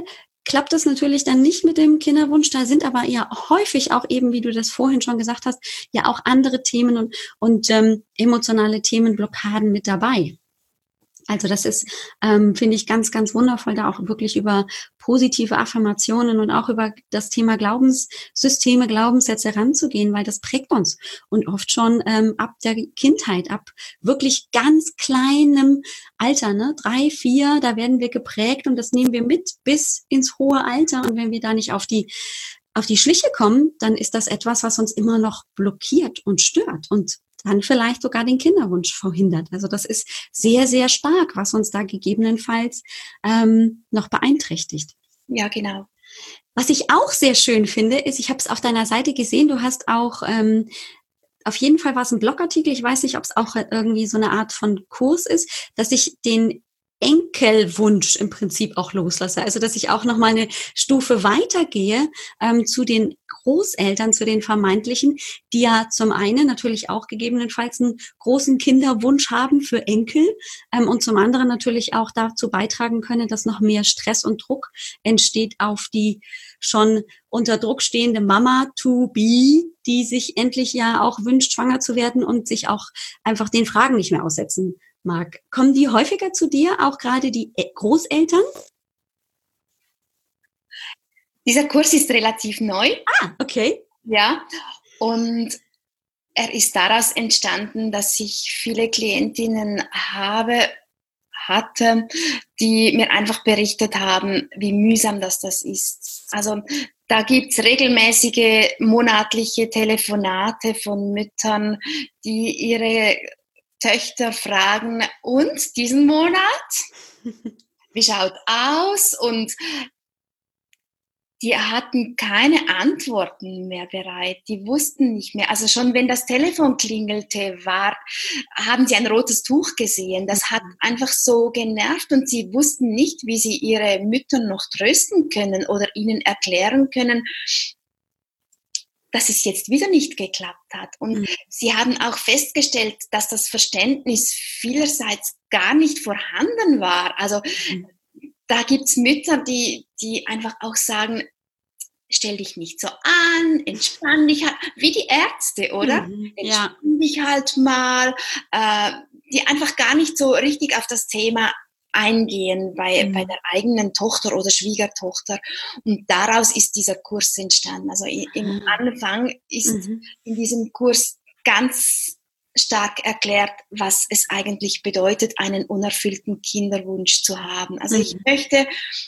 klappt das natürlich dann nicht mit dem Kinderwunsch. Da sind aber ja häufig auch eben, wie du das vorhin schon gesagt hast, ja auch andere Themen und, und ähm, emotionale Themenblockaden mit dabei. Also das ist, ähm, finde ich, ganz, ganz wundervoll, da auch wirklich über positive Affirmationen und auch über das Thema Glaubenssysteme, Glaubenssätze ranzugehen, weil das prägt uns. Und oft schon ähm, ab der Kindheit, ab wirklich ganz kleinem Alter, ne, drei, vier, da werden wir geprägt und das nehmen wir mit bis ins hohe Alter. Und wenn wir da nicht auf die auf die Schliche kommen, dann ist das etwas, was uns immer noch blockiert und stört und dann vielleicht sogar den Kinderwunsch verhindert. Also das ist sehr, sehr stark, was uns da gegebenenfalls ähm, noch beeinträchtigt. Ja, genau. Was ich auch sehr schön finde, ist, ich habe es auf deiner Seite gesehen, du hast auch, ähm, auf jeden Fall war es ein Blogartikel, ich weiß nicht, ob es auch irgendwie so eine Art von Kurs ist, dass ich den Enkelwunsch im Prinzip auch loslasse. Also, dass ich auch noch mal eine Stufe weitergehe ähm, zu den Großeltern, zu den vermeintlichen, die ja zum einen natürlich auch gegebenenfalls einen großen Kinderwunsch haben für Enkel ähm, und zum anderen natürlich auch dazu beitragen können, dass noch mehr Stress und Druck entsteht auf die schon unter Druck stehende Mama to be, die sich endlich ja auch wünscht, schwanger zu werden und sich auch einfach den Fragen nicht mehr aussetzen mag. Kommen die häufiger zu dir, auch gerade die Großeltern? Dieser Kurs ist relativ neu. Ah, okay. Ja, und er ist daraus entstanden, dass ich viele Klientinnen habe, hatte, die mir einfach berichtet haben, wie mühsam das das ist. Also da gibt's regelmäßige monatliche Telefonate von Müttern, die ihre Töchter fragen, und diesen Monat? Wie schaut aus? Und die hatten keine Antworten mehr bereit. Die wussten nicht mehr. Also schon wenn das Telefon klingelte, war, haben sie ein rotes Tuch gesehen. Das hat einfach so genervt und sie wussten nicht, wie sie ihre Mütter noch trösten können oder ihnen erklären können, dass es jetzt wieder nicht geklappt hat. Und mhm. sie haben auch festgestellt, dass das Verständnis vielerseits gar nicht vorhanden war. Also mhm. da gibt's Mütter, die, die einfach auch sagen, stell dich nicht so an, entspann dich halt, wie die Ärzte, oder? Mhm. Entspann Ja. dich halt mal, äh, die einfach gar nicht so richtig auf das Thema eingehen bei, mhm. bei der eigenen Tochter oder Schwiegertochter. Und daraus ist dieser Kurs entstanden. Also im Anfang ist mhm. in diesem Kurs ganz stark erklärt, was es eigentlich bedeutet, einen unerfüllten Kinderwunsch zu haben. Also mhm. ich möchte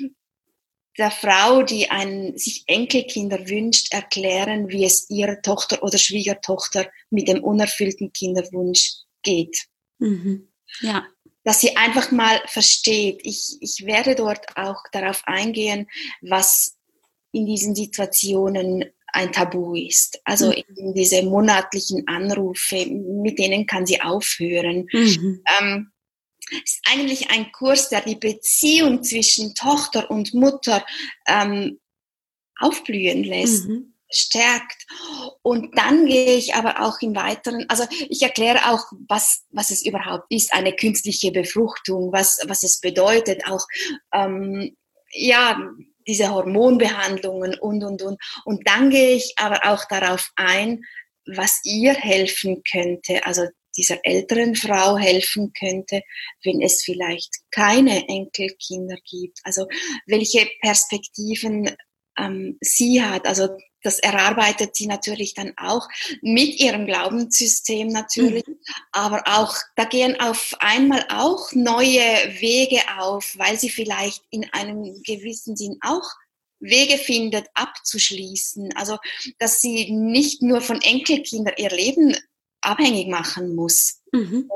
der Frau, die ein, sich Enkelkinder wünscht, erklären, wie es ihrer Tochter oder Schwiegertochter mit dem unerfüllten Kinderwunsch geht. Mhm. Ja. Dass sie einfach mal versteht. Ich, ich werde dort auch darauf eingehen, was in diesen Situationen ein Tabu ist. Also mhm. diese monatlichen Anrufe, mit denen kann sie aufhören. Mhm. Ähm, ist eigentlich ein Kurs, der die Beziehung zwischen Tochter und Mutter ähm, aufblühen lässt. Mhm. Stärkt. Und dann gehe ich aber auch im Weiteren, also ich erkläre auch, was, was es überhaupt ist, eine künstliche Befruchtung, was, was es bedeutet, auch ähm, ja, diese Hormonbehandlungen und, und, und. Und dann gehe ich aber auch darauf ein, was ihr helfen könnte, also dieser älteren Frau helfen könnte, wenn es vielleicht keine Enkelkinder gibt. Also welche Perspektiven ähm, sie hat, also das erarbeitet sie natürlich dann auch mit ihrem Glaubenssystem natürlich, mhm. aber auch, da gehen auf einmal auch neue Wege auf, weil sie vielleicht in einem gewissen Sinn auch Wege findet, abzuschließen. Also, dass sie nicht nur von Enkelkindern ihr Leben abhängig machen muss. Mhm.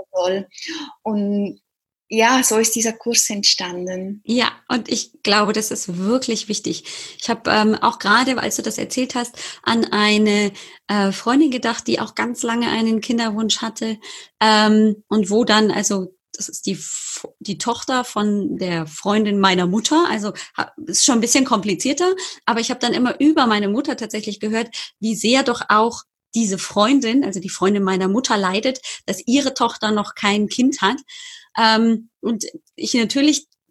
Und ja, so ist dieser Kurs entstanden. Ja, und ich glaube, das ist wirklich wichtig. Ich habe ähm, auch gerade, als du das erzählt hast, an eine äh, Freundin gedacht, die auch ganz lange einen Kinderwunsch hatte ähm, und wo dann, also das ist die die Tochter von der Freundin meiner Mutter, also ist schon ein bisschen komplizierter, aber ich habe dann immer über meine Mutter tatsächlich gehört, wie sehr doch auch diese Freundin, also die Freundin meiner Mutter leidet, dass ihre Tochter noch kein Kind hat. Ähm, und ich natürlich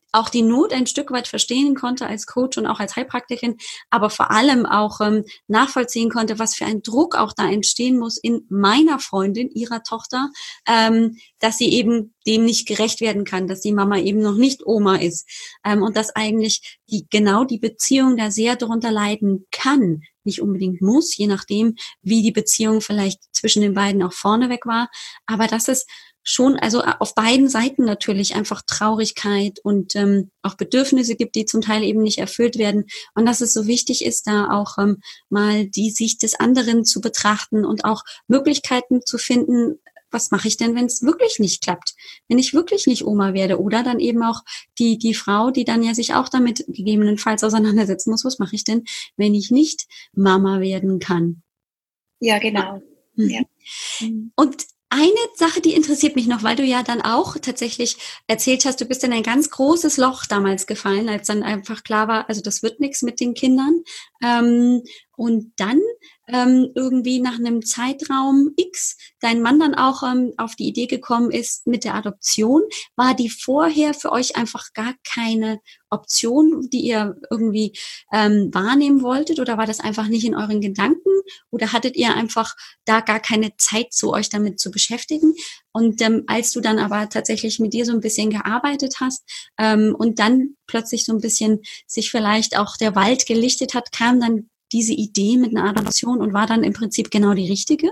auch die Not ein Stück weit verstehen konnte als Coach und auch als Heilpraktikerin, aber vor allem auch ähm, nachvollziehen konnte, was für ein Druck auch da entstehen muss in meiner Freundin, ihrer Tochter, ähm, dass sie eben dem nicht gerecht werden kann, dass die Mama eben noch nicht Oma ist ähm, und dass eigentlich die genau die Beziehung da sehr darunter leiden kann, nicht unbedingt muss, je nachdem, wie die Beziehung vielleicht zwischen den beiden auch vorneweg war, aber dass es schon, also auf beiden Seiten natürlich einfach Traurigkeit und ähm, auch Bedürfnisse gibt, die zum Teil eben nicht erfüllt werden und dass es so wichtig ist, da auch ähm, mal die Sicht des anderen zu betrachten und auch Möglichkeiten zu finden, was mache ich denn, wenn es wirklich nicht klappt, wenn ich wirklich nicht Oma werde oder dann eben auch die die Frau, die dann ja sich auch damit gegebenenfalls auseinandersetzen muss, was mache ich denn, wenn ich nicht Mama werden kann. Ja, genau. Mhm. Ja. Und eine Sache, die interessiert mich noch, weil du ja dann auch tatsächlich erzählt hast, du bist in ein ganz großes Loch damals gefallen, als dann einfach klar war, also das wird nichts mit den Kindern. Ähm, und dann ähm, irgendwie nach einem Zeitraum X dein Mann dann auch ähm, auf die Idee gekommen ist mit der Adoption. War die vorher für euch einfach gar keine Option, die ihr irgendwie ähm, wahrnehmen wolltet? Oder war das einfach nicht in euren Gedanken? Oder hattet ihr einfach da gar keine Zeit, so euch damit zu beschäftigen? Und ähm, als du dann aber tatsächlich mit dir so ein bisschen gearbeitet hast ähm, und dann plötzlich so ein bisschen sich vielleicht auch der Wald gelichtet hat, kam dann diese Idee mit einer Adoption und war dann im Prinzip genau die richtige?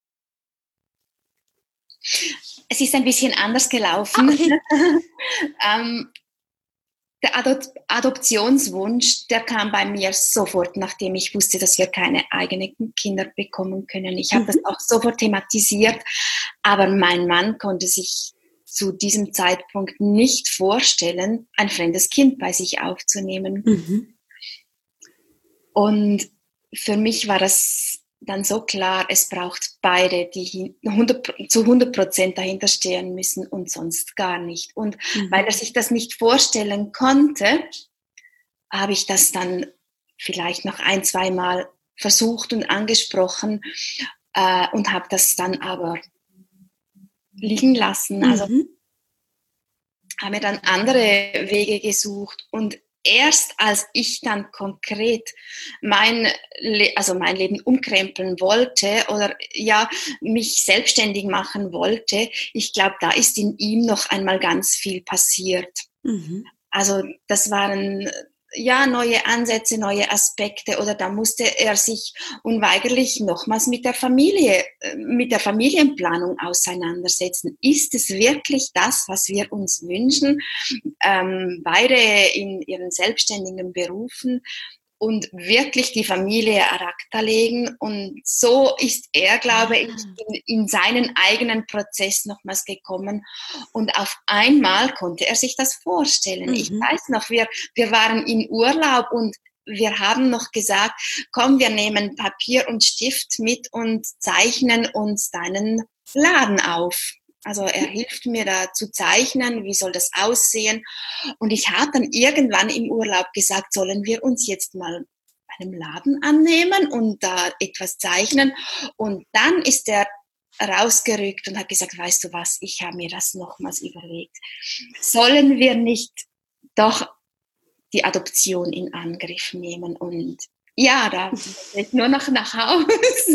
Es ist ein bisschen anders gelaufen. Ah, okay. ähm, der Adop- Adoptionswunsch, der kam bei mir sofort, nachdem ich wusste, dass wir keine eigenen Kinder bekommen können. Ich habe Mhm. das auch sofort thematisiert, aber mein Mann konnte sich zu diesem Zeitpunkt nicht vorstellen, ein fremdes Kind bei sich aufzunehmen. Mhm. Und für mich war das dann so klar, es braucht beide, die hundert, zu hundert Prozent dahinter stehen müssen und sonst gar nicht. Und Mhm. weil er sich das nicht vorstellen konnte, habe ich das dann vielleicht noch ein, zwei Mal versucht und angesprochen äh, und habe das dann aber liegen lassen. Also Mhm. habe mir dann andere Wege gesucht und erst als ich dann konkret mein, Le- also mein Leben umkrempeln wollte oder ja, mich selbstständig machen wollte, ich glaube, da ist in ihm noch einmal ganz viel passiert. Mhm. Also das waren ja neue Ansätze, neue Aspekte oder da musste er sich unweigerlich nochmals mit der Familie, mit der Familienplanung auseinandersetzen. Ist es wirklich das, was wir uns wünschen? Ähm, beide in ihren selbstständigen Berufen und wirklich die Familie ad acta legen. Und so ist er, glaube ich, in, in seinen eigenen Prozess nochmals gekommen. Und auf einmal konnte er sich das vorstellen. Mhm. Ich weiß noch, wir, wir waren in Urlaub und wir haben noch gesagt, komm, wir nehmen Papier und Stift mit und zeichnen uns deinen Laden auf. Also er hilft mir da zu zeichnen, wie soll das aussehen. Und ich habe dann irgendwann im Urlaub gesagt, sollen wir uns jetzt mal einem Laden annehmen und da etwas zeichnen. Und dann ist er rausgerückt und hat gesagt, weißt du was, ich habe mir das nochmals überlegt. Sollen wir nicht doch die Adoption in Angriff nehmen? Und ja, da bin ich nur noch nach Hause.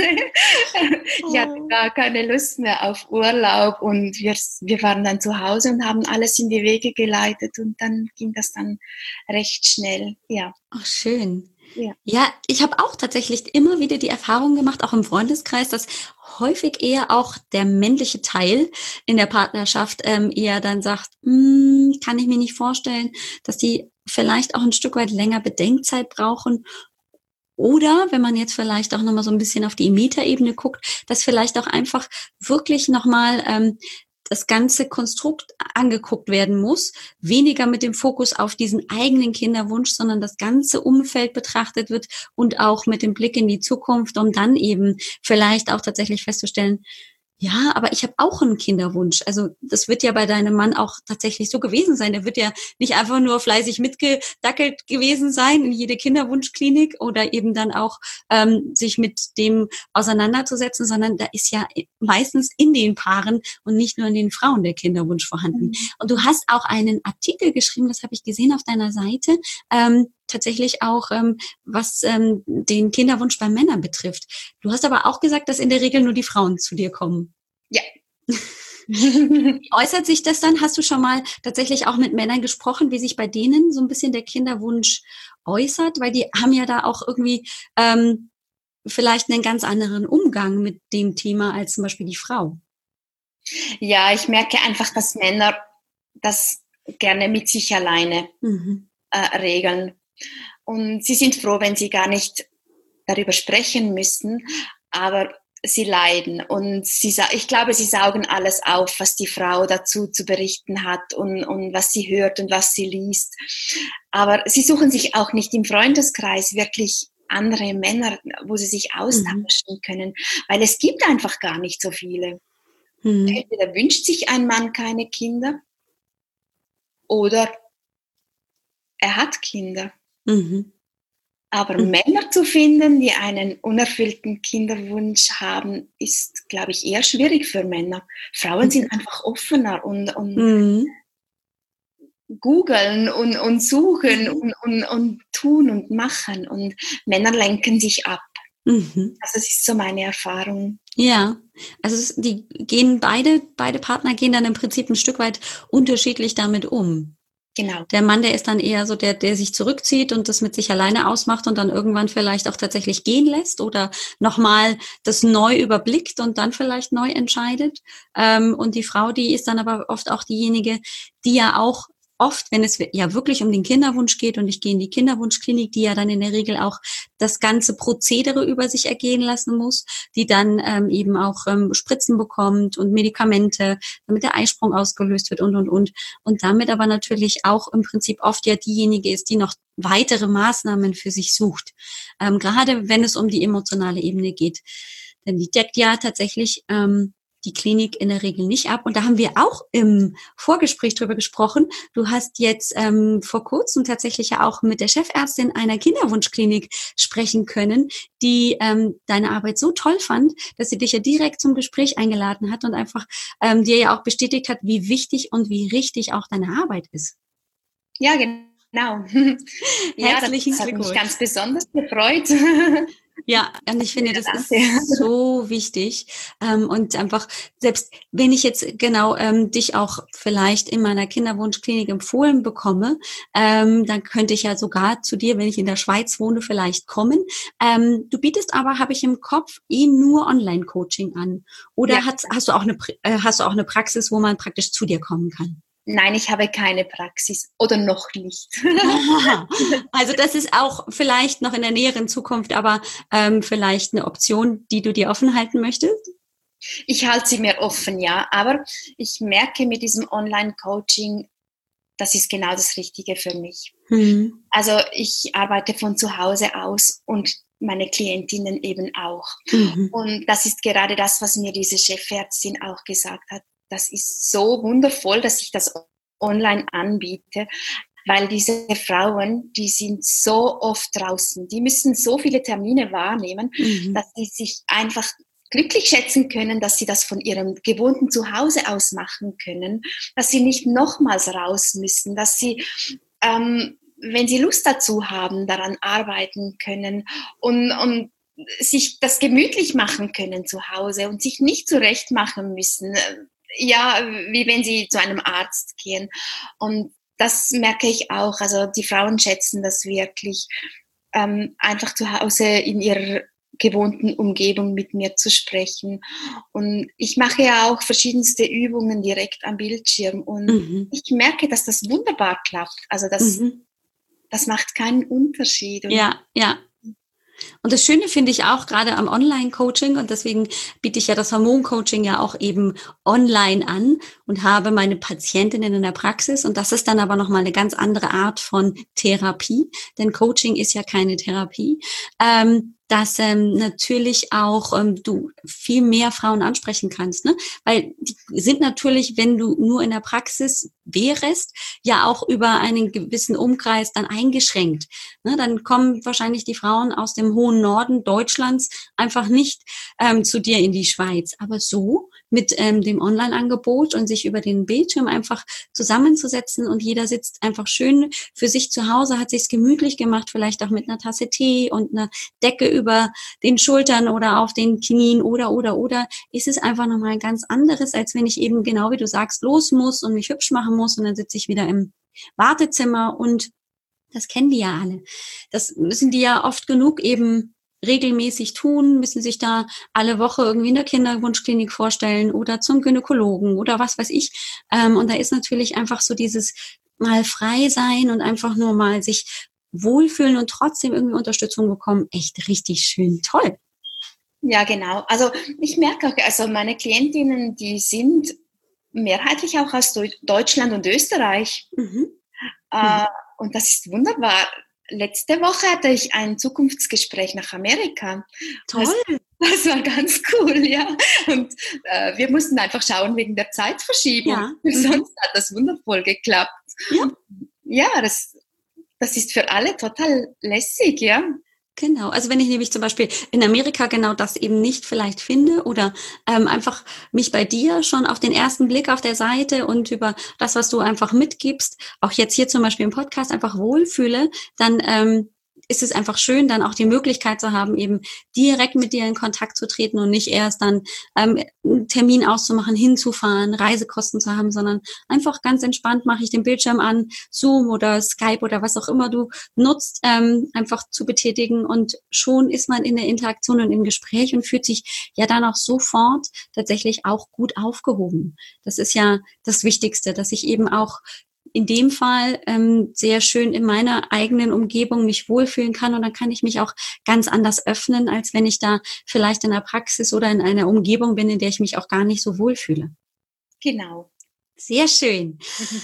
Ich hatte gar keine Lust mehr auf Urlaub und wir, wir waren dann zu Hause und haben alles in die Wege geleitet und dann ging das dann recht schnell. Ja. Ach, schön. Ja. Ja, ich habe auch tatsächlich immer wieder die Erfahrung gemacht, auch im Freundeskreis, dass häufig eher auch der männliche Teil in der Partnerschaft ähm, eher dann sagt, hm, kann ich mir nicht vorstellen, dass die vielleicht auch ein Stück weit länger Bedenkzeit brauchen. Oder wenn man jetzt vielleicht auch nochmal so ein bisschen auf die Metaebene guckt, dass vielleicht auch einfach wirklich nochmal ähm, das ganze Konstrukt angeguckt werden muss, weniger mit dem Fokus auf diesen eigenen Kinderwunsch, sondern das ganze Umfeld betrachtet wird und auch mit dem Blick in die Zukunft, um dann eben vielleicht auch tatsächlich festzustellen, Ja, aber ich habe auch einen Kinderwunsch. Also das wird ja bei deinem Mann auch tatsächlich so gewesen sein. Der wird ja nicht einfach nur fleißig mitgedackelt gewesen sein in jede Kinderwunschklinik oder eben dann auch ähm, sich mit dem auseinanderzusetzen, sondern da ist ja meistens in den Paaren und nicht nur in den Frauen der Kinderwunsch vorhanden. Mhm. Und du hast auch einen Artikel geschrieben, das habe ich gesehen auf deiner Seite, ähm, tatsächlich auch, ähm, was ähm, den Kinderwunsch bei Männern betrifft. Du hast aber auch gesagt, dass in der Regel nur die Frauen zu dir kommen. Ja. Wie äußert sich das dann? Hast du schon mal tatsächlich auch mit Männern gesprochen, wie sich bei denen so ein bisschen der Kinderwunsch äußert? Weil die haben ja da auch irgendwie ähm, vielleicht einen ganz anderen Umgang mit dem Thema als zum Beispiel die Frau. Ja, ich merke einfach, dass Männer das gerne mit sich alleine Mhm. äh, regeln. Und sie sind froh, wenn sie gar nicht darüber sprechen müssen, aber sie leiden und sie, ich glaube, sie saugen alles auf, was die Frau dazu zu berichten hat und, und was sie hört und was sie liest. Aber sie suchen sich auch nicht im Freundeskreis wirklich andere Männer, wo sie sich austauschen mhm. können, weil es gibt einfach gar nicht so viele. Mhm. Entweder wünscht sich ein Mann keine Kinder oder er hat Kinder. Mhm. Aber mhm. Männer zu finden, die einen unerfüllten Kinderwunsch haben, ist, glaube ich, eher schwierig für Männer. Frauen mhm. sind einfach offener und, und mhm. googeln und, und suchen mhm. und, und, und tun und machen. Und Männer lenken sich ab. Mhm. Also das ist so meine Erfahrung. Ja, also die gehen beide, beide Partner gehen dann im Prinzip ein Stück weit unterschiedlich damit um. Genau. Der Mann, der ist dann eher so der, der sich zurückzieht und das mit sich alleine ausmacht und dann irgendwann vielleicht auch tatsächlich gehen lässt oder nochmal das neu überblickt und dann vielleicht neu entscheidet. Und die Frau, die ist dann aber oft auch diejenige, die ja auch oft, wenn es ja wirklich um den Kinderwunsch geht und ich gehe in die Kinderwunschklinik, die ja dann in der Regel auch das ganze Prozedere über sich ergehen lassen muss, die dann ähm, eben auch ähm, Spritzen bekommt und Medikamente, damit der Eisprung ausgelöst wird und, und, und. Und damit aber natürlich auch im Prinzip oft ja diejenige ist, die noch weitere Maßnahmen für sich sucht. Ähm, gerade wenn es um die emotionale Ebene geht. Denn die deckt ja tatsächlich ähm, die Klinik in der Regel nicht ab. Und da haben wir auch im Vorgespräch drüber gesprochen. Du hast jetzt ähm, vor kurzem tatsächlich ja auch mit der Chefärztin einer Kinderwunschklinik sprechen können, die ähm, deine Arbeit so toll fand, dass sie dich ja direkt zum Gespräch eingeladen hat und einfach ähm, dir ja auch bestätigt hat, wie wichtig und wie richtig auch deine Arbeit ist. Ja, genau. Ja, Herzlichen das hat Glückwunsch. mich ganz besonders gefreut. Ja, und ich finde, das ist so wichtig. Ähm, und einfach, selbst wenn ich jetzt genau ähm, dich auch vielleicht in meiner Kinderwunschklinik empfohlen bekomme, ähm, dann könnte ich ja sogar zu dir, wenn ich in der Schweiz wohne, vielleicht kommen. Ähm, du bietest aber, habe ich im Kopf, eh nur Online-Coaching an. Oder ja. hast, hast du auch eine, äh, hast du auch eine Praxis, wo man praktisch zu dir kommen kann? Nein, ich habe keine Praxis oder noch nicht. Also das ist auch vielleicht noch in der näheren Zukunft, aber ähm, vielleicht eine Option, die du dir offen halten möchtest? Ich halte sie mir offen, ja. Aber ich merke mit diesem Online-Coaching, das ist genau das Richtige für mich. Mhm. Also ich arbeite von zu Hause aus und meine Klientinnen eben auch. Mhm. Und das ist gerade das, was mir diese Chefärztin auch gesagt hat. Das ist so wundervoll, dass ich das online anbiete, weil diese Frauen, die sind so oft draußen, die müssen so viele Termine wahrnehmen, mhm. dass sie sich einfach glücklich schätzen können, dass sie das von ihrem gewohnten Zuhause aus machen können, dass sie nicht nochmals raus müssen, dass sie, ähm, wenn sie Lust dazu haben, daran arbeiten können und, und sich das gemütlich machen können zu Hause und sich nicht zurecht machen müssen, ja, wie wenn sie zu einem Arzt gehen. Und das merke ich auch. Also die Frauen schätzen das wirklich, ähm, einfach zu Hause in ihrer gewohnten Umgebung mit mir zu sprechen. Und ich mache ja auch verschiedenste Übungen direkt am Bildschirm. Und mhm. ich merke, dass das wunderbar klappt. Also das, mhm. das macht keinen Unterschied. Und ja, ja. Und das Schöne finde ich auch gerade am Online-Coaching und deswegen biete ich ja das Hormon-Coaching ja auch eben online an und habe meine Patientinnen in der Praxis und das ist dann aber nochmal eine ganz andere Art von Therapie, denn Coaching ist ja keine Therapie. Ähm, dass ähm, natürlich auch ähm, du viel mehr Frauen ansprechen kannst, ne? Weil die sind natürlich, wenn du nur in der Praxis wärst, ja auch über einen gewissen Umkreis dann eingeschränkt. Ne? Dann kommen wahrscheinlich die Frauen aus dem hohen Norden Deutschlands einfach nicht ähm, zu dir in die Schweiz. Aber so mit ähm, dem Online-Angebot und sich über den Bildschirm einfach zusammenzusetzen und jeder sitzt einfach schön für sich zu Hause, hat sich's gemütlich gemacht, vielleicht auch mit einer Tasse Tee und einer Decke über den Schultern oder auf den Knien oder, oder, oder, ist es einfach nochmal ein ganz anderes, als wenn ich eben genau wie du sagst, los muss und mich hübsch machen muss und dann sitze ich wieder im Wartezimmer und das kennen die ja alle. Das müssen die ja oft genug eben regelmäßig tun, müssen sich da alle Woche irgendwie in der Kinderwunschklinik vorstellen oder zum Gynäkologen oder was weiß ich. Und da ist natürlich einfach so dieses mal frei sein und einfach nur mal sich wohlfühlen und trotzdem irgendwie Unterstützung bekommen. Echt richtig schön toll. Ja, genau. Also ich merke auch, also meine Klientinnen, die sind mehrheitlich auch aus Deutschland und Österreich. Mhm. Äh, mhm. Und das ist wunderbar. Letzte Woche hatte ich ein Zukunftsgespräch nach Amerika. Toll. Das, das war ganz cool, ja. Und äh, wir mussten einfach schauen wegen der Zeitverschiebung. Ja. Sonst hat das wundervoll geklappt. Ja, ja das, das ist für alle total lässig, ja. Genau, also wenn ich nämlich zum Beispiel in Amerika genau das eben nicht vielleicht finde oder ähm, einfach mich bei dir schon auf den ersten Blick auf der Seite und über das, was du einfach mitgibst, auch jetzt hier zum Beispiel im Podcast einfach wohlfühle, dann ähm, ist es einfach schön, dann auch die Möglichkeit zu haben, eben direkt mit dir in Kontakt zu treten und nicht erst dann ähm, einen Termin auszumachen, hinzufahren, Reisekosten zu haben, sondern einfach ganz entspannt mache ich den Bildschirm an, Zoom oder Skype oder was auch immer du nutzt, ähm, einfach zu betätigen und schon ist man in der Interaktion und im Gespräch und fühlt sich ja dann auch sofort tatsächlich auch gut aufgehoben. Das ist ja das Wichtigste, dass ich eben auch in dem Fall ähm, sehr schön in meiner eigenen Umgebung mich wohlfühlen kann und dann kann ich mich auch ganz anders öffnen, als wenn ich da vielleicht in der Praxis oder in einer Umgebung bin, in der ich mich auch gar nicht so wohlfühle. Genau. Sehr schön.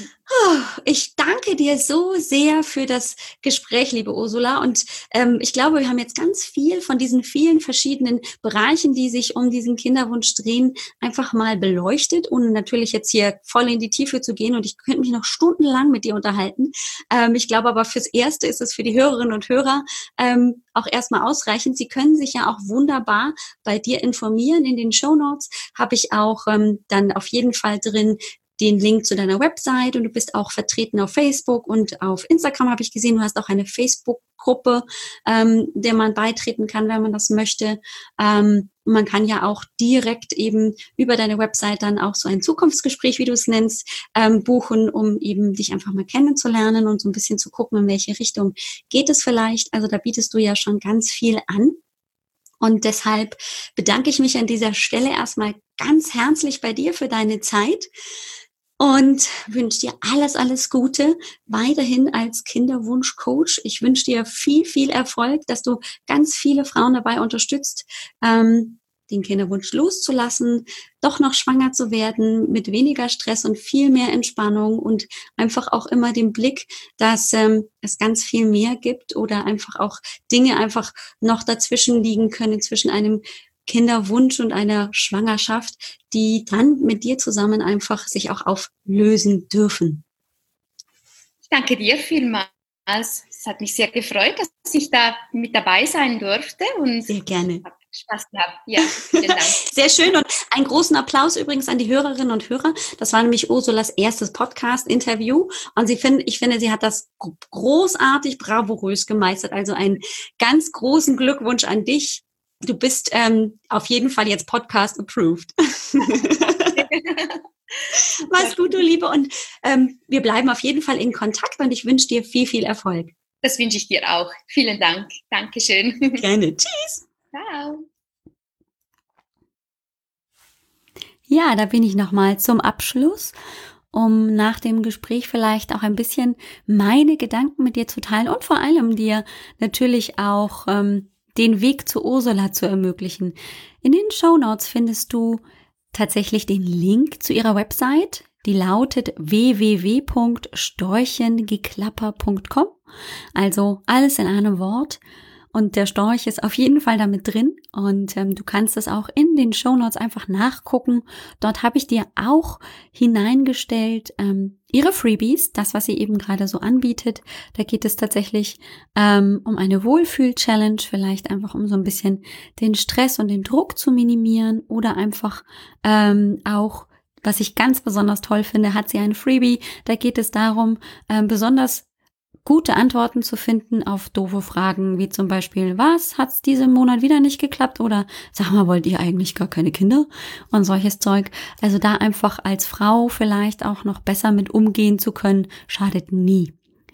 Ich danke dir so sehr für das Gespräch, liebe Ursula. Und ähm, ich glaube, wir haben jetzt ganz viel von diesen vielen verschiedenen Bereichen, die sich um diesen Kinderwunsch drehen, einfach mal beleuchtet, ohne natürlich jetzt hier voll in die Tiefe zu gehen. Und ich könnte mich noch stundenlang mit dir unterhalten. Ähm, ich glaube aber, fürs Erste ist es für die Hörerinnen und Hörer ähm, auch erstmal ausreichend. Sie können sich ja auch wunderbar bei dir informieren. In den Shownotes habe ich auch ähm, dann auf jeden Fall drin den Link zu deiner Website und du bist auch vertreten auf Facebook und auf Instagram habe ich gesehen, du hast auch eine Facebook-Gruppe, ähm, der man beitreten kann, wenn man das möchte. Ähm, man kann ja auch direkt eben über deine Website dann auch so ein Zukunftsgespräch, wie du es nennst, ähm, buchen, um eben dich einfach mal kennenzulernen und so ein bisschen zu gucken, in welche Richtung geht es vielleicht. Also da bietest du ja schon ganz viel an. Und deshalb bedanke ich mich an dieser Stelle erstmal ganz herzlich bei dir für deine Zeit. Und wünsche dir alles, alles Gute weiterhin als Kinderwunschcoach. Ich wünsche dir viel, viel Erfolg, dass du ganz viele Frauen dabei unterstützt, ähm, den Kinderwunsch loszulassen, doch noch schwanger zu werden mit weniger Stress und viel mehr Entspannung und einfach auch immer den Blick, dass ähm, es ganz viel mehr gibt oder einfach auch Dinge einfach noch dazwischen liegen können zwischen einem Kinderwunsch und einer Schwangerschaft, die dann mit dir zusammen einfach sich auch auflösen dürfen. Ich danke dir vielmals. Es hat mich sehr gefreut, dass ich da mit dabei sein durfte. Und sehr gerne. Hat Spaß gehabt. Ja, vielen Dank. Sehr schön und einen großen Applaus übrigens an die Hörerinnen und Hörer. Das war nämlich Ursulas erstes Podcast-Interview und sie find, ich finde, sie hat das großartig bravourös gemeistert. Also einen ganz großen Glückwunsch an dich. Du bist ähm, auf jeden Fall jetzt Podcast approved. Mach's gut, du Liebe. Und ähm, wir bleiben auf jeden Fall in Kontakt und ich wünsche dir viel, viel Erfolg. Das wünsche ich dir auch. Vielen Dank. Dankeschön. Gerne. Tschüss. Ciao. Ja, da bin ich nochmal zum Abschluss, um nach dem Gespräch vielleicht auch ein bisschen meine Gedanken mit dir zu teilen und vor allem dir natürlich auch ähm, den Weg zu Ursula zu ermöglichen. In den Shownotes findest du tatsächlich den Link zu ihrer Website, die lautet w w w punkt storchengeklapper punkt com, also alles in einem Wort. und der Storch ist auf jeden Fall damit drin und ähm, du kannst es auch in den Shownotes einfach nachgucken. Dort habe ich dir auch hineingestellt ähm, ihre Freebies, das, was sie eben gerade so anbietet. Da geht es tatsächlich ähm, um eine Wohlfühl-Challenge, vielleicht einfach um so ein bisschen den Stress und den Druck zu minimieren oder einfach ähm, auch, was ich ganz besonders toll finde, hat sie ein Freebie. Da geht es darum, ähm, besonders gute Antworten zu finden auf doofe Fragen, wie zum Beispiel, was hat's diesen Monat wieder nicht geklappt? Oder sag mal, wollt ihr eigentlich gar keine Kinder? Und solches Zeug. Also da einfach als Frau vielleicht auch noch besser mit umgehen zu können, schadet nie.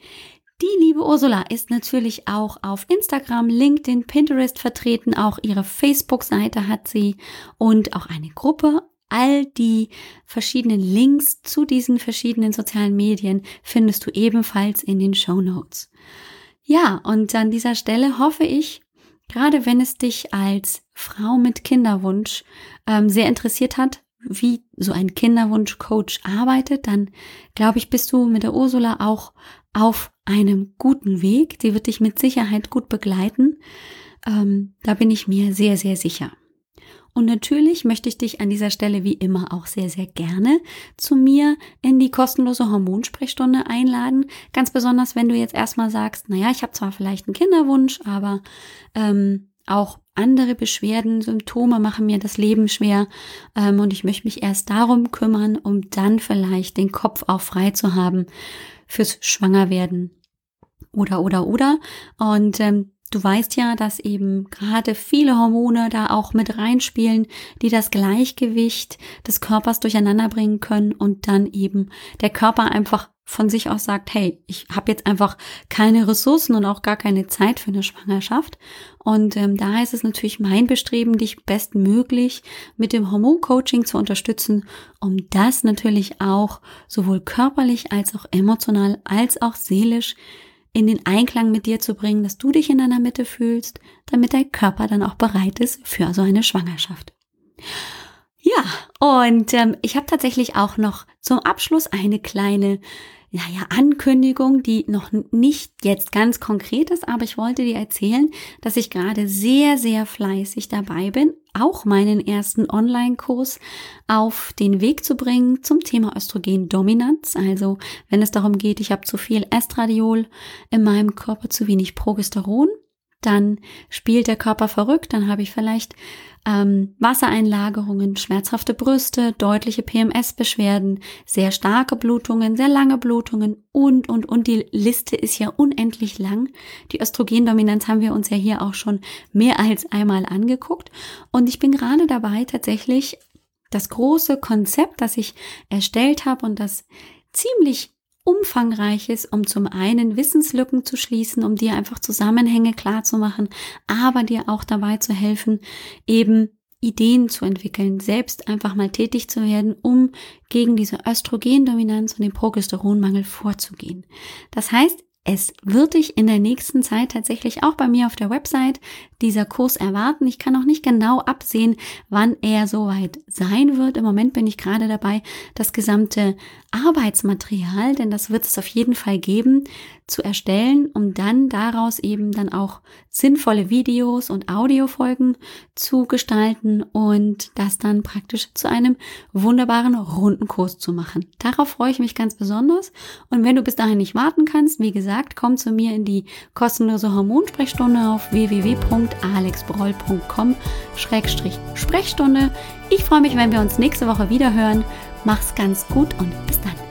Die liebe Ursula ist natürlich auch auf Instagram, LinkedIn, Pinterest vertreten. Auch ihre Facebook-Seite hat sie und auch eine Gruppe. All die verschiedenen Links zu diesen verschiedenen sozialen Medien findest du ebenfalls in den Shownotes. Ja, und an dieser Stelle hoffe ich, gerade wenn es dich als Frau mit Kinderwunsch ähm, sehr interessiert hat, wie so ein Kinderwunsch-Coach arbeitet, dann glaube ich, bist du mit der Ursula auch auf einem guten Weg. Die wird dich mit Sicherheit gut begleiten. Ähm, da bin ich mir sehr, sehr sicher. Und natürlich möchte ich dich an dieser Stelle wie immer auch sehr, sehr gerne zu mir in die kostenlose Hormonsprechstunde einladen. Ganz besonders, wenn du jetzt erstmal sagst, naja, ich habe zwar vielleicht einen Kinderwunsch, aber ähm, auch andere Beschwerden, Symptome machen mir das Leben schwer ähm, und ich möchte mich erst darum kümmern, um dann vielleicht den Kopf auch frei zu haben fürs Schwangerwerden oder, oder, oder. Und ähm, du weißt ja, dass eben gerade viele Hormone da auch mit reinspielen, die das Gleichgewicht des Körpers durcheinander bringen können und dann eben der Körper einfach von sich aus sagt, hey, ich habe jetzt einfach keine Ressourcen und auch gar keine Zeit für eine Schwangerschaft. Und ähm, da ist es natürlich mein Bestreben, dich bestmöglich mit dem Hormoncoaching zu unterstützen, um das natürlich auch sowohl körperlich als auch emotional als auch seelisch in den Einklang mit dir zu bringen, dass du dich in deiner Mitte fühlst, damit dein Körper dann auch bereit ist für so eine Schwangerschaft. Ja, und ähm, ich habe tatsächlich auch noch zum Abschluss eine kleine naja, Ankündigung, die noch nicht jetzt ganz konkret ist, aber ich wollte dir erzählen, dass ich gerade sehr, sehr fleißig dabei bin, auch meinen ersten Online-Kurs auf den Weg zu bringen zum Thema Östrogendominanz. Also wenn es darum geht, ich habe zu viel Estradiol in meinem Körper, zu wenig Progesteron, dann spielt der Körper verrückt, dann habe ich vielleicht ähm, Wassereinlagerungen, schmerzhafte Brüste, deutliche P M S-Beschwerden, sehr starke Blutungen, sehr lange Blutungen und, und, und die Liste ist ja unendlich lang. Die Östrogendominanz haben wir uns ja hier auch schon mehr als einmal angeguckt und ich bin gerade dabei, tatsächlich das große Konzept, das ich erstellt habe und das ziemlich umfangreiches, um zum einen Wissenslücken zu schließen, um dir einfach Zusammenhänge klar zu machen, aber dir auch dabei zu helfen, eben Ideen zu entwickeln, selbst einfach mal tätig zu werden, um gegen diese Östrogendominanz und den Progesteronmangel vorzugehen. Das heißt, es wird dich in der nächsten Zeit tatsächlich auch bei mir auf der Website dieser Kurs erwarten. Ich kann auch nicht genau absehen, wann er soweit sein wird. Im Moment bin ich gerade dabei, das gesamte Arbeitsmaterial, denn das wird es auf jeden Fall geben, zu erstellen, um dann daraus eben dann auch sinnvolle Videos und Audiofolgen zu gestalten und das dann praktisch zu einem wunderbaren runden Kurs zu machen. Darauf freue ich mich ganz besonders. Und wenn du bis dahin nicht warten kannst, wie gesagt, komm zu mir in die kostenlose Hormonsprechstunde auf w w w punkt alex broll punkt com Schrägstrich Sprechstunde. Ich freue mich, wenn wir uns nächste Woche wieder hören. Mach's ganz gut und bis dann.